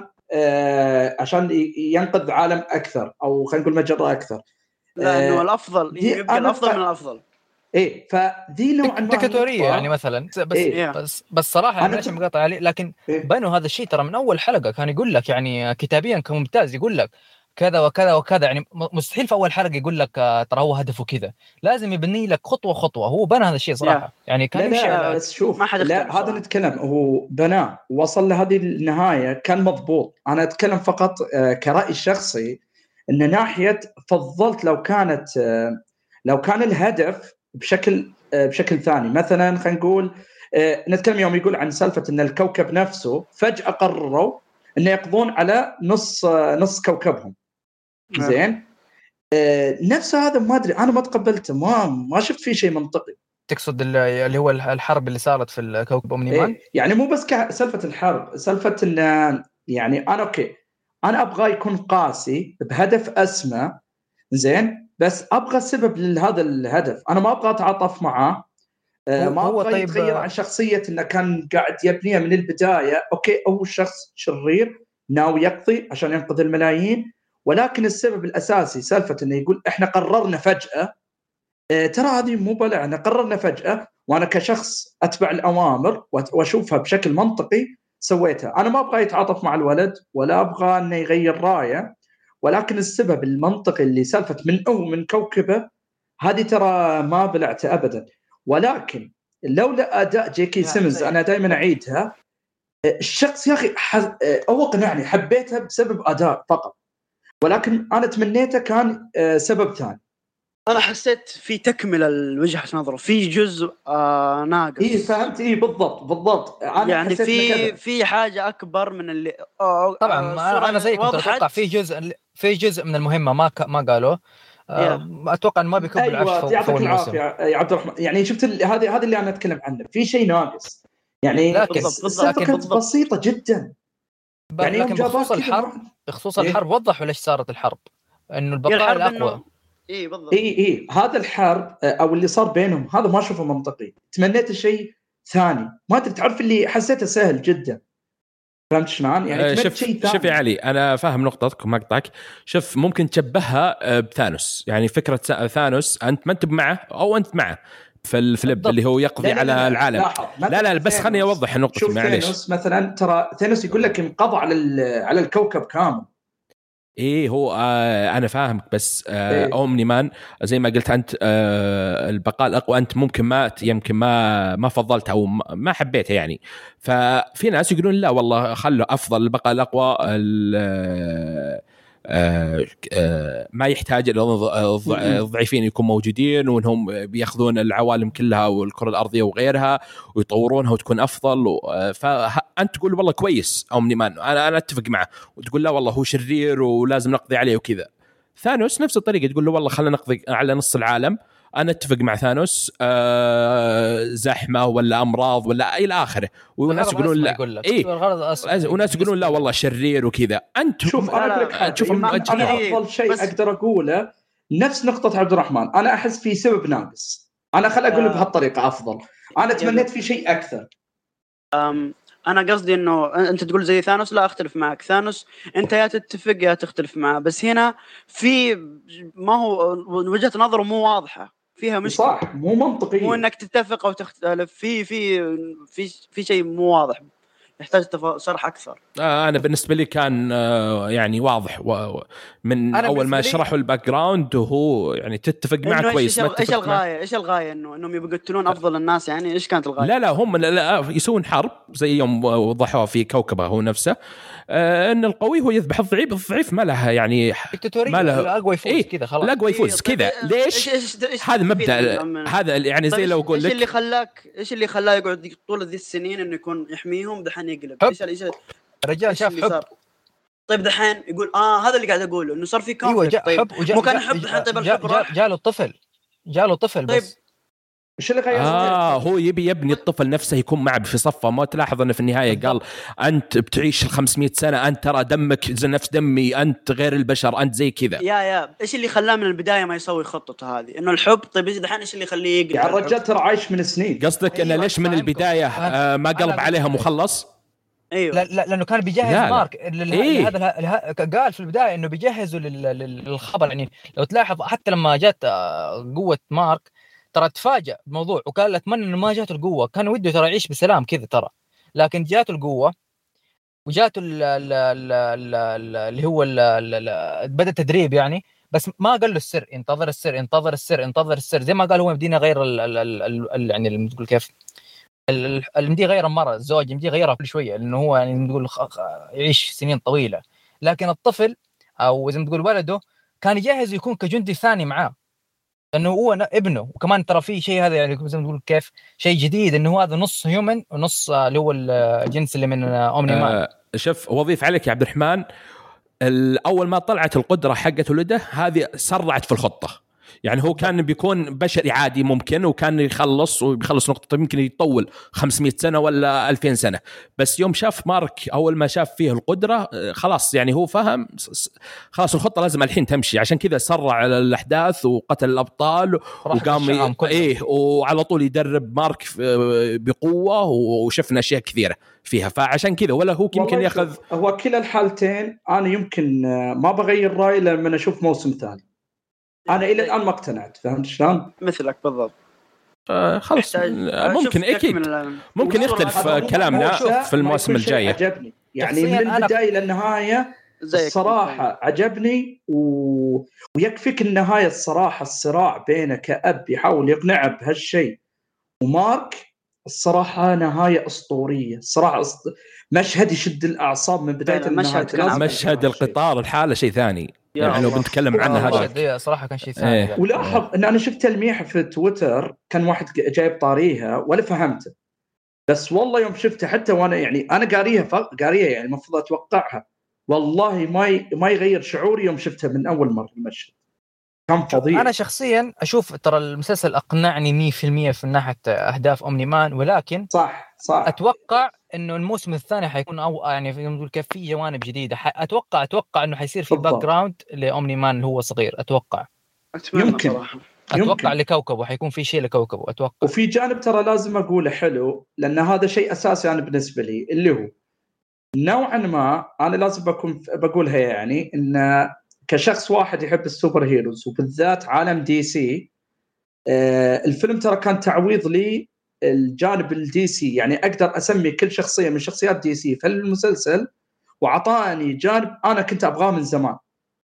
عشان ينقذ عالم اكثر، او خلينا نقول مجره اكثر، لانه الافضل يبقى الافضل من الافضل. ايه فدي نوعا ما ديكتاتوريه يعني مثلا. بس صراحه انا مش مقاطع عليه، لكن بنوا هذا الشيء ترى من اول حلقه. كان يقول لك يعني كتابيا كان ممتاز، يقول لك كذا وكذا وكذا. يعني مستحيل في اول حلقه يقول لك ترى هو هدفه كذا، لازم يبني لك خطوه خطوه. هو بنى هذا الشيء صراحه يعني كان يمشي على شوف هذا نتكلم هو بنى وصل لهذه النهايه كان مضبوط. انا اتكلم فقط كرأي شخصي ان ناحيه فضلت لو كان الهدف بشكل ثاني. مثلا خلينا نقول نتكلم يوم يقول عن سالفه ان الكوكب نفسه فجاه قرروا انه يقضون على نص كوكبهم. زين نفس هذا ما ادري انا ما تقبلته، ما شفت فيه شيء منطقي. تقصد اللي هو الحرب اللي صارت في الكوكب اومني مان؟ يعني مو بس سالفه الحرب، سالفه ان يعني انا اوكي انا ابغى يكون قاسي بهدف اسمى، زين، بس ابغى سبب لهذا الهدف. انا ما ابغى اتعاطف معاه، ما ابغى يتغير عن شخصيه انه كان قاعد يبنيها من البدايه. اوكي هو شخص شرير ناوي يقضي عشان ينقذ الملايين، ولكن السبب الاساسي سالفه انه يقول احنا قررنا فجاه. ترى هذه مو بلعنا، قررنا فجاه وانا كشخص اتبع الاوامر واشوفها بشكل منطقي سويتها. انا ما ابغى يتعاطف مع الولد ولا ابغى انه يغير رايه، ولكن السبب المنطقي اللي سالفه من كوكبه هذه ترى ما بلعته ابدا. ولكن لولا اداء جيكي سيمنز انا دائما اعيدها، الشخص يا اخي هو قنعني، حبيتها بسبب اداء فقط، ولكن انا تمنيته كان سبب ثاني. انا حسيت في تكمله لوجهه نظره في جزء ناقص. فهمت بالضبط انا يعني في حاجه اكبر من اللي طبعا انا زيك كنت اتوقع في جزء من المهمه ما قالوا. اتوقع انه ما بيكون بالعكس. يعطيك العافيه يا عبد الرحمن. يعني شفت هذا اللي انا اتكلم عنه، في شيء ناقص يعني، لكن كانت بسيطه جدا. يعني لكن بخصوص الحرب وضحوا ليش صارت الحرب، انه البقاء الاقوى. بالضبط. هذا الحرب او اللي صار بينهم هذا ما اشوفه منطقي. تمنيت شيء ثاني، ما ادري، تعرف اللي حسيته سهل جدا. فهمت شلون؟ يعني شوف يا علي، انا فاهم نقطتك وما اقطعك. شوف، ممكن تشبهها بثانوس. يعني فكره ثانوس انت ما انت معه او انت معه في الفليب اللي هو يقضي على العالم. لا بس خليني اوضح النقطه. معليش، ثانوس مثلا، ترى ثانوس يقول لك انقضى على الكوكب كامل. هو انا فاهمك، بس اومني مان زي ما قلت انت، البقاء الاقوى انت ممكن يمكن ما فضلت او ما حبيته يعني. ففي ناس يقولون لا والله خلوا افضل البقاء الاقوى، ما يحتاج الضعيفين يكون موجودين، وانهم بياخذون العوالم كلها والكره الارضيه وغيرها ويطورونها وتكون افضل. فانت تقول والله كويس اومني مان، انا اتفق معه، وتقول لا والله هو شرير ولازم نقضي عليه وكذا. ثانوس نفس الطريقه، تقول له والله خلينا نقضي على نص العالم. انا اتفق مع ثانوس، زحمه ولا امراض ولا الى اخره، وناس يقولون لا، وناس يقولون لا والله شرير وكذا. انت شوف انا افضل شيء اقدر اقوله نفس نقطه عبد الرحمن. انا احس في سبب ناقص، انا خل اقول بهالطريقه افضل. انا تمنيت في شيء اكثر. انا قصدي انه انت تقول زي ثانوس، لا اختلف معك. ثانوس انت يا تتفق يا تختلف معه، بس هنا في ما هو وجهة نظره مو واضحة، فيها مشكلة، صح، مو منطقي، مو انك تتفق او تختلف، في شيء مو واضح، يحتاج شرح اكثر. انا بالنسبه لي كان يعني واضح من اول ما شرحوا الباك جراوند، وهو يعني تتفق معه كويس. ايش الغايه انهم يبغوا يقتلون افضل الناس؟ يعني ايش كانت الغايه؟ لا هم يسوون حرب زي يوم وضحوها في كوكبه هو نفسه، ان القوي هو يذبح الضعيف ما لها يعني ما لها الاقوى يفوز كذا خلاص، الاقوى يفوز كذا. ليش هذا مبدا؟ هذا يعني زي لو اقول لك ايش اللي خلاه يقعد طول ذي السنين انه يكون يحميهم، دحين يقلب. ايش الرجال شاف حب. طيب دحين يقول هذا اللي قاعد اقوله، انه صار في كونفليكت. طيب مو كان حب دحين؟ طيب الحب راح، جاله طفل طيب. بس ايش اللي غير؟ هو يبي يبني الطفل نفسه يكون معه في صفه. ما تلاحظ انه في النهايه قال انت بتعيش 500 سنه، انت ترى دمك زي نفس دمي، انت غير البشر، انت زي كذا. يا ايش اللي خلاه من البدايه ما يسوي خطته هذه؟ انه الحب. طيب دحين ايش اللي يخليه يقلب؟ يعني الرجال ترى عايش من سنين. قصدك انه ليش من البدايه ما قلب عليها مخلص؟ ايوه لا لانه كان بيجهز مارك هذا قال في البدايه انه بيجهزوا للخبر. يعني لو تلاحظ حتى لما جت قوه مارك ترى تفاجأ بموضوع، وكان اتمنى انه ما جاته القوه، كان وده ترى يعيش بسلام كذا ترى، لكن جاته القوه وجاته اللي هو بدا التدريب يعني، بس ما قال له السر، انتظر السر زي ما قال هو مدينه غير يعني اللي تقول كيف المدي غير المرة الزوج يمدي غيرها كل شوية، لأنه هو يعني نقول يعيش سنين طويلة. لكن الطفل أو زي ما تقول ولده كان يجهز يكون كجندي ثاني معاه، لأنه هو ابنه. وكمان ترى في شيء هذا يعني زي ما تقول كيف شيء جديد، إنه هو هذا نص هيومن ونص اللي هو الجنس اللي من أومني مان. شوف وظيف عليك يا عبد الرحمن، الأول ما طلعت القدرة حقت ولده هذه سرعت في الخطة. يعني هو كان بيكون بشري عادي ممكن، وكان يخلص نقطة يمكن يطول 500 سنة ولا 2000 سنة، بس يوم شاف مارك أول ما شاف فيه القدرة خلاص يعني هو فهم خلاص الخطة لازم الحين تمشي. عشان كذا سرع الأحداث وقتل الأبطال وقام وعلى طول يدرب مارك بقوة، وشفنا أشياء كثيرة فيها. فعشان كذا ولا هو يمكن ياخذ. هو كلا الحالتين أنا يمكن ما بغير رأي لما أشوف موسم ثاني. أنا إلى الآن ما اقتنعت، فهمت شلون؟ مثلك بالضبط. خلاص ممكن أكيد ممكن يختلف كلامنا في المواسم الجاية. عجبني يعني من البداية للنهاية الصراحة عجبني ويكفيك النهاية الصراحة. الصراع بينه كأب يحاول يقنعه بهالشيء ومارك، الصراحة نهاية أسطورية الصراحة. مشهد يشد الأعصاب من بداية النهاية. مشهد القطار الحالة شيء ثاني. يعني لو بنتكلم عنه هذا صراحه كان شيء ثاني. ولاحظ ان انا شفت تلميح في تويتر كان واحد جايب طاريها ولا فهمته، بس والله يوم شفته حتى وانا يعني انا قاريها يعني المفروض اتوقعها، والله ما يغير شعوري يوم شفتها من اول مره المشهد كان فظيع. انا شخصيا اشوف ترى المسلسل اقنعني 100% في ناحيه اهداف اومني مان، ولكن صح اتوقع انه الموسم الثاني حيكون او يعني نقول كيف في جوانب جديده. اتوقع انه حيصير في باك جراوند لاومني مان اللي هو صغير. اتوقع يمكن صراحه اتوقع لكوكبه حيكون في شيء لكوكبه. اتوقع وفي جانب ترى لازم اقوله حلو، لان هذا شيء اساسي انا بالنسبه لي، اللي هو نوعا ما انا لازم بقولها يعني ان كشخص واحد يحب السوبر هيروز وبالذات عالم دي سي، الفيلم ترى كان تعويض لي الجانب الدي سي، يعني اقدر اسمي كل شخصيه من شخصيات دي سي في المسلسل وعطاني جانب انا كنت ابغاه من زمان.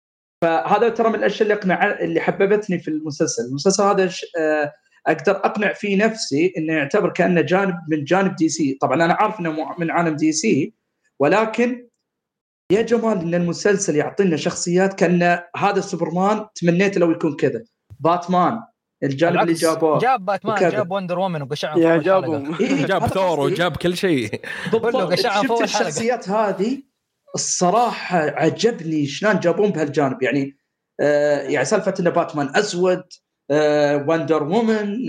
فهذا ترى من الاشياء اللي حببتني في المسلسل هذا. اقدر اقنع فيه نفسي انه يعتبر كانه جانب من جانب دي سي. طبعا انا عارف انه من عالم دي سي، ولكن يا جمال ان المسلسل يعطينا شخصيات كأن هذا سوبرمان تمنيت لو يكون كذا، باتمان الجانب اللي جاب باتمان جاب وندر وومن وقشعهم فوق الحلقة جاب ثور وجاب كل شيء كله قشعهم فوق الحلقة. الشخصيات هذه الصراحة عجبني شلون جابون بهالجانب، يعني يعني سالفة ان باتمان اسود، وندر وومن،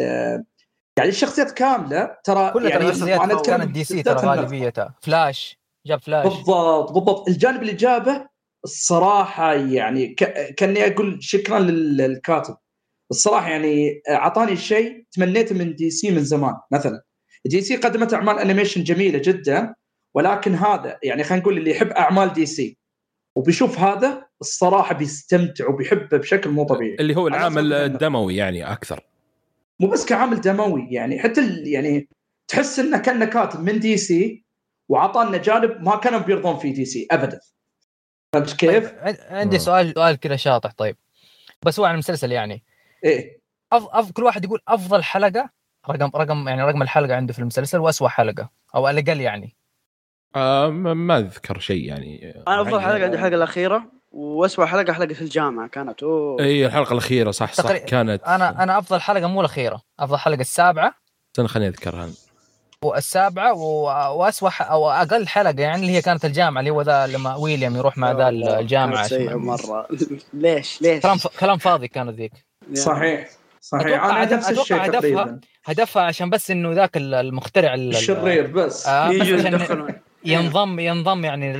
يعني الشخصيات كاملة ترى يعني الشخصيات كانت دي سي ترى غالبيتها. فلاش جاب فلاش بالضبط الجانب اللي جابه الصراحة يعني كأني أقول شكرا للكاتب الصراحة، يعني عطاني شيء تمنيته من دي سي من زمان. مثلا دي سي قدمت أعمال أنيميشن جميلة جدا، ولكن هذا يعني خلينا نقول اللي يحب أعمال دي سي وبيشوف هذا الصراحة بيستمتع وبيحبه بشكل مو طبيعي، اللي هو العامل الدموي يعني أكثر، مو بس كعامل دموي يعني حتى يعني تحس إنه كأنه كاتب من دي سي وعطانا جانب ما كانوا بيرضون في دي سي ابدا. فهمت كيف؟ طيب عندي سؤال كذا شاطح. طيب بس هو عن المسلسل يعني ايه كل واحد يقول افضل حلقه، رقم الحلقه عنده في المسلسل، واسوأ حلقه او الاقل يعني. ما اذكر شيء يعني. انا افضل حلقه عندي الحلقه الاخيره، واسوأ حلقه في الجامعه كانت اي الحلقه الاخيره صح كانت. انا افضل حلقه مو الاخيره، افضل حلقه السابعه. خليني اذكرها. والسابعه واسوأ او اقل حلقه يعني اللي هي كانت الجامعه، اللي هو ذا لما ويليام يروح مع ذا الجامعه. مره ليش كلام فاضي كانت ذيك. صحيح انا نفس الشيء تقريبا. هدفها عشان بس انه ذاك المخترع الشرير بس ينضم يعني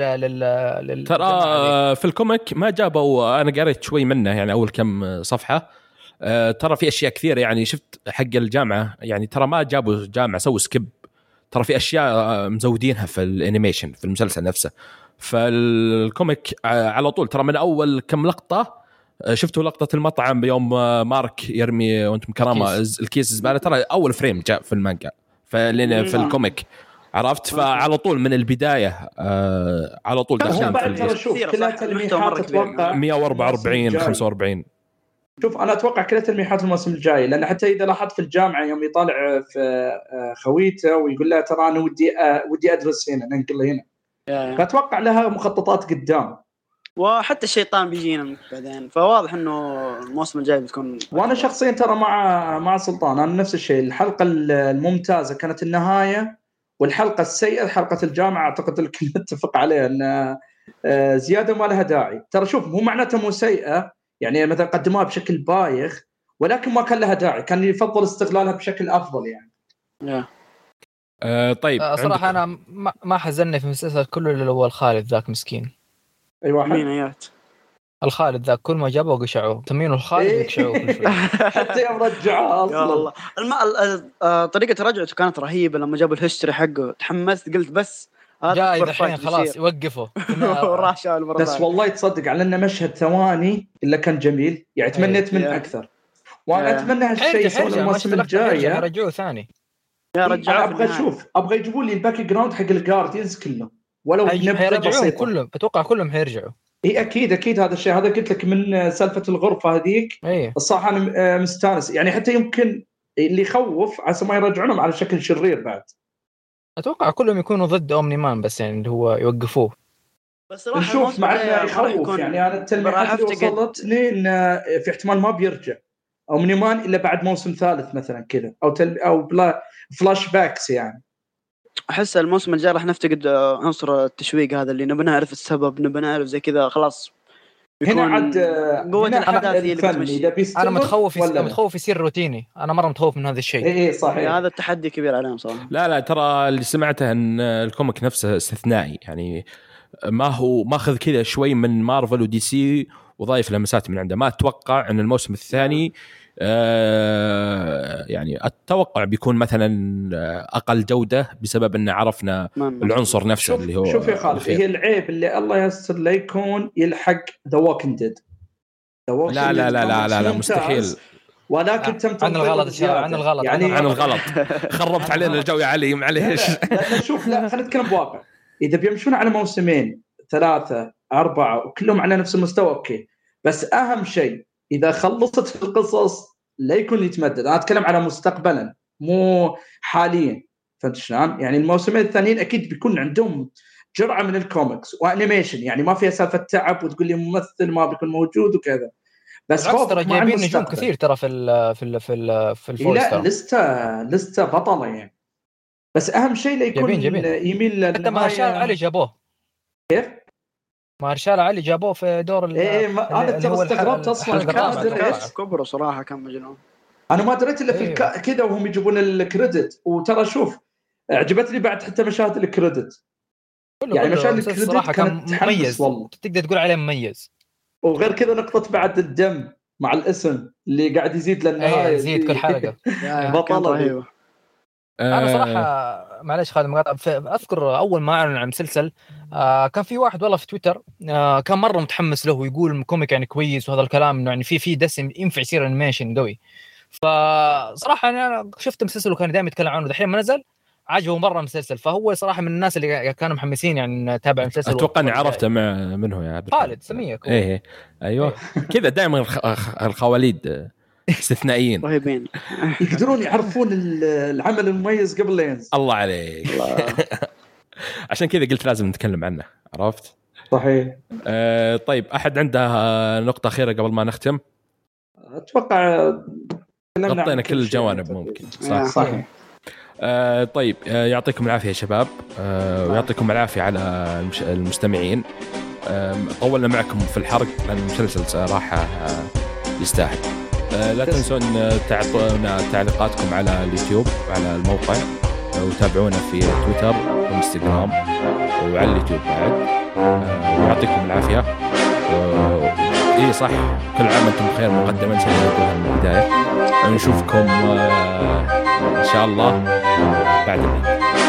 ترى في الكوميك ما جابوا. انا قريت شوي منه يعني اول كم صفحه. ترى في اشياء كثيره يعني شفت حق الجامعه، يعني ترى ما جابوا جامعه، سووا سكيب. ترى في اشياء مزودينها في الانيميشن في المسلسل نفسه. فالكوميك على طول ترى من اول كم لقطه شفتوا لقطه المطعم بيوم مارك يرمي وانتم كرامه الكيس زباله، ترى اول فريم جاء في المانجا فلنا في الكوميك عرفت. فعلى طول من البدايه على طول دخلنا ترى شوف كلها تلميحات اتوقع 144 45. شوف انا اتوقع كلها تلميحات الموسم الجاي، لان حتى اذا لاحظت في الجامعه يوم يطالع في خويته ويقول له ترى انا ودي ادرس هنا ننقل هنا، فاتوقع لها مخططات قدام. وحتى الشيطان بيجينا بعدين، فواضح انه الموسم الجاي بتكون. وانا شخصيا ترى مع سلطان انا نفس الشيء. الحلقه الممتازه كانت النهايه، والحلقه السيئه حلقه الجامعه اعتقد الكل نتفق عليها ان زياده ما لها داعي. ترى شوف مو معناته مو سيئه، يعني مثلا قدموها بشكل بايخ ولكن ما كان لها داعي، كان يفضل استغلالها بشكل افضل يعني. طيب صراحه انا ما حزنني في المسلسل كله الا هو الخالد ذاك مسكين. اي واحد مين ايات الخالد ذاك كل ما جابوا قشعوه تمينه الخالد يقشعوه كل شوي حتى يوم رجعوه اصلا طريقه رجعته كانت رهيبه. لما جابوا الهيستوري حقه تحمست، قلت بس هذا الحين خلاص يوقفوا بس والله تصدق على انه مشهد ثواني الا كان جميل يعني. تمنيت من اكثر، وانا اتمنى هالشيء يسوون الموسم الجاي يرجعوه ثاني. انا ابغى يجيبوا لي الباك جراوند حق الجارديانز كله ولو نبذه بسيطه. كلهم اتوقع كلهم حيرجعوا. اي اكيد هذا الشيء. هذا قلت لك من سالفه الغرفه هذيك. الصراحه انا مستانس يعني. حتى يمكن اللي يخوف عسى ما يرجعونهم على شكل شرير بعد. اتوقع كلهم يكونوا ضد اومني مان، بس يعني اللي هو يوقفوه. بس صراحه نشوف الموسم مع الجاي انه راح يخوف يكون يعني. انا التلميحات اللي افتقد وصلتني انه في احتمال ما بيرجع او من يمان الا بعد موسم ثالث مثلا كذا، او بلا فلاش باكس يعني. احس الموسم الجاي راح نفتقد عنصر التشويق هذا اللي نبي نعرف السبب، نبي نعرف زي كذا خلاص. هنا عاد قوة هنا الأحداث هي اللي الفن بتمشي. اذا بيستمر انا ولا متخوف يصير روتيني. انا مره متخوف من هذا الشيء. اي صحيح. هذا التحدي كبير عليهم صراحه. لا ترى اللي سمعته ان الكوميك نفسه استثنائي يعني، ما هو ماخذ كذا شوي من مارفل ودي سي وضايف لمسات من عنده. ما اتوقع ان الموسم الثاني يعني اتوقع بيكون مثلا اقل جوده بسبب ان عرفنا العنصر نفسه اللي هو. شوف يا خالد، هي العيب اللي الله يستر لا يكون يلحق ذا ووكينج ديد. لا مستحيل. ولكن تم عن الغلط يعني عن الغلط خربت علينا الجو يا علي معليش. لا شوف، لا خلينا نتكلم بواقع. اذا بيمشون على موسمين 3 4 وكلهم على نفس المستوى اوكي، بس اهم شيء اذا خلصت القصص لا يكون يتمدد. انا اتكلم على مستقبلا مو حاليا، فهمت شلون؟ يعني الموسمين الثانيين اكيد بيكون عندهم جرعه من الكوميكس وانيميشن، يعني ما فيها سالفه تعب وتقول لي ممثل ما بيكون موجود وكذا. بس ترى جايبين نجوم كثير ترى في الفولستر. لا لسته بطله يعني. بس اهم شيء لا يكون يميل حتى مارشال علي جابوه. كيف مارشال علي جابوه في دور انا ترى استغربت اصلا. كبره صراحه كان مجنون. انا ما دريت الا في كذا وهم يجيبون الكريدت. وترى شوف عجبتني بعد حتى مشاهد الكريدت يعني مشاهد الكريدت صراحه كان مميز والله. تقدر تقول عليه مميز. وغير كذا نقطه بعد الدم مع الاسم اللي قاعد يزيد للنهايه يزيد كل حلقه بطل رهيب. انا صراحه معلش خالد مقاطع، اذكر اول ما اعلن عن المسلسل كان في واحد والله في تويتر كان مره متحمس له ويقول الكوميك يعني كويس وهذا الكلام، انه يعني في دسم ينفع يصير انيميشن قوي. فصراحه انا شفت مسلسل وكان دائما يتكلم عنه، دحين ما نزل عجبه مره المسلسل. فهو صراحه من الناس اللي كانوا محمسين يعني نتابع المسلسل. اتوقع اني عرفته منه يا عبد خالد سميك. ايوه كذا دائما الخواليد استثنائيين رهيبين يقدرون يعرفون العمل المميز قبل لا ينزل. الله عليك. عشان كذا قلت لازم نتكلم عنه، عرفت؟ صحيح. طيب احد عنده نقطه اخيره قبل ما نختم؟ اتوقع غطينا كل الجوانب ممكن. صحيح. طيب يعطيكم العافيه يا شباب، ويعطيكم العافيه على المستمعين. طولنا معكم في الحرق لأن المسلسل صراحه يستاهل. لا تنسون تعطونا تعليقاتكم على اليوتيوب وعلى الموقع، وتابعونا في تويتر وانستغرام وعلى اليوتيوب بعد. ويعطيكم العافية. إيه صح، كل عام وانتم بخير مقدما، نقولها من البداية. ونشوفكم إن شاء الله بعد العيد.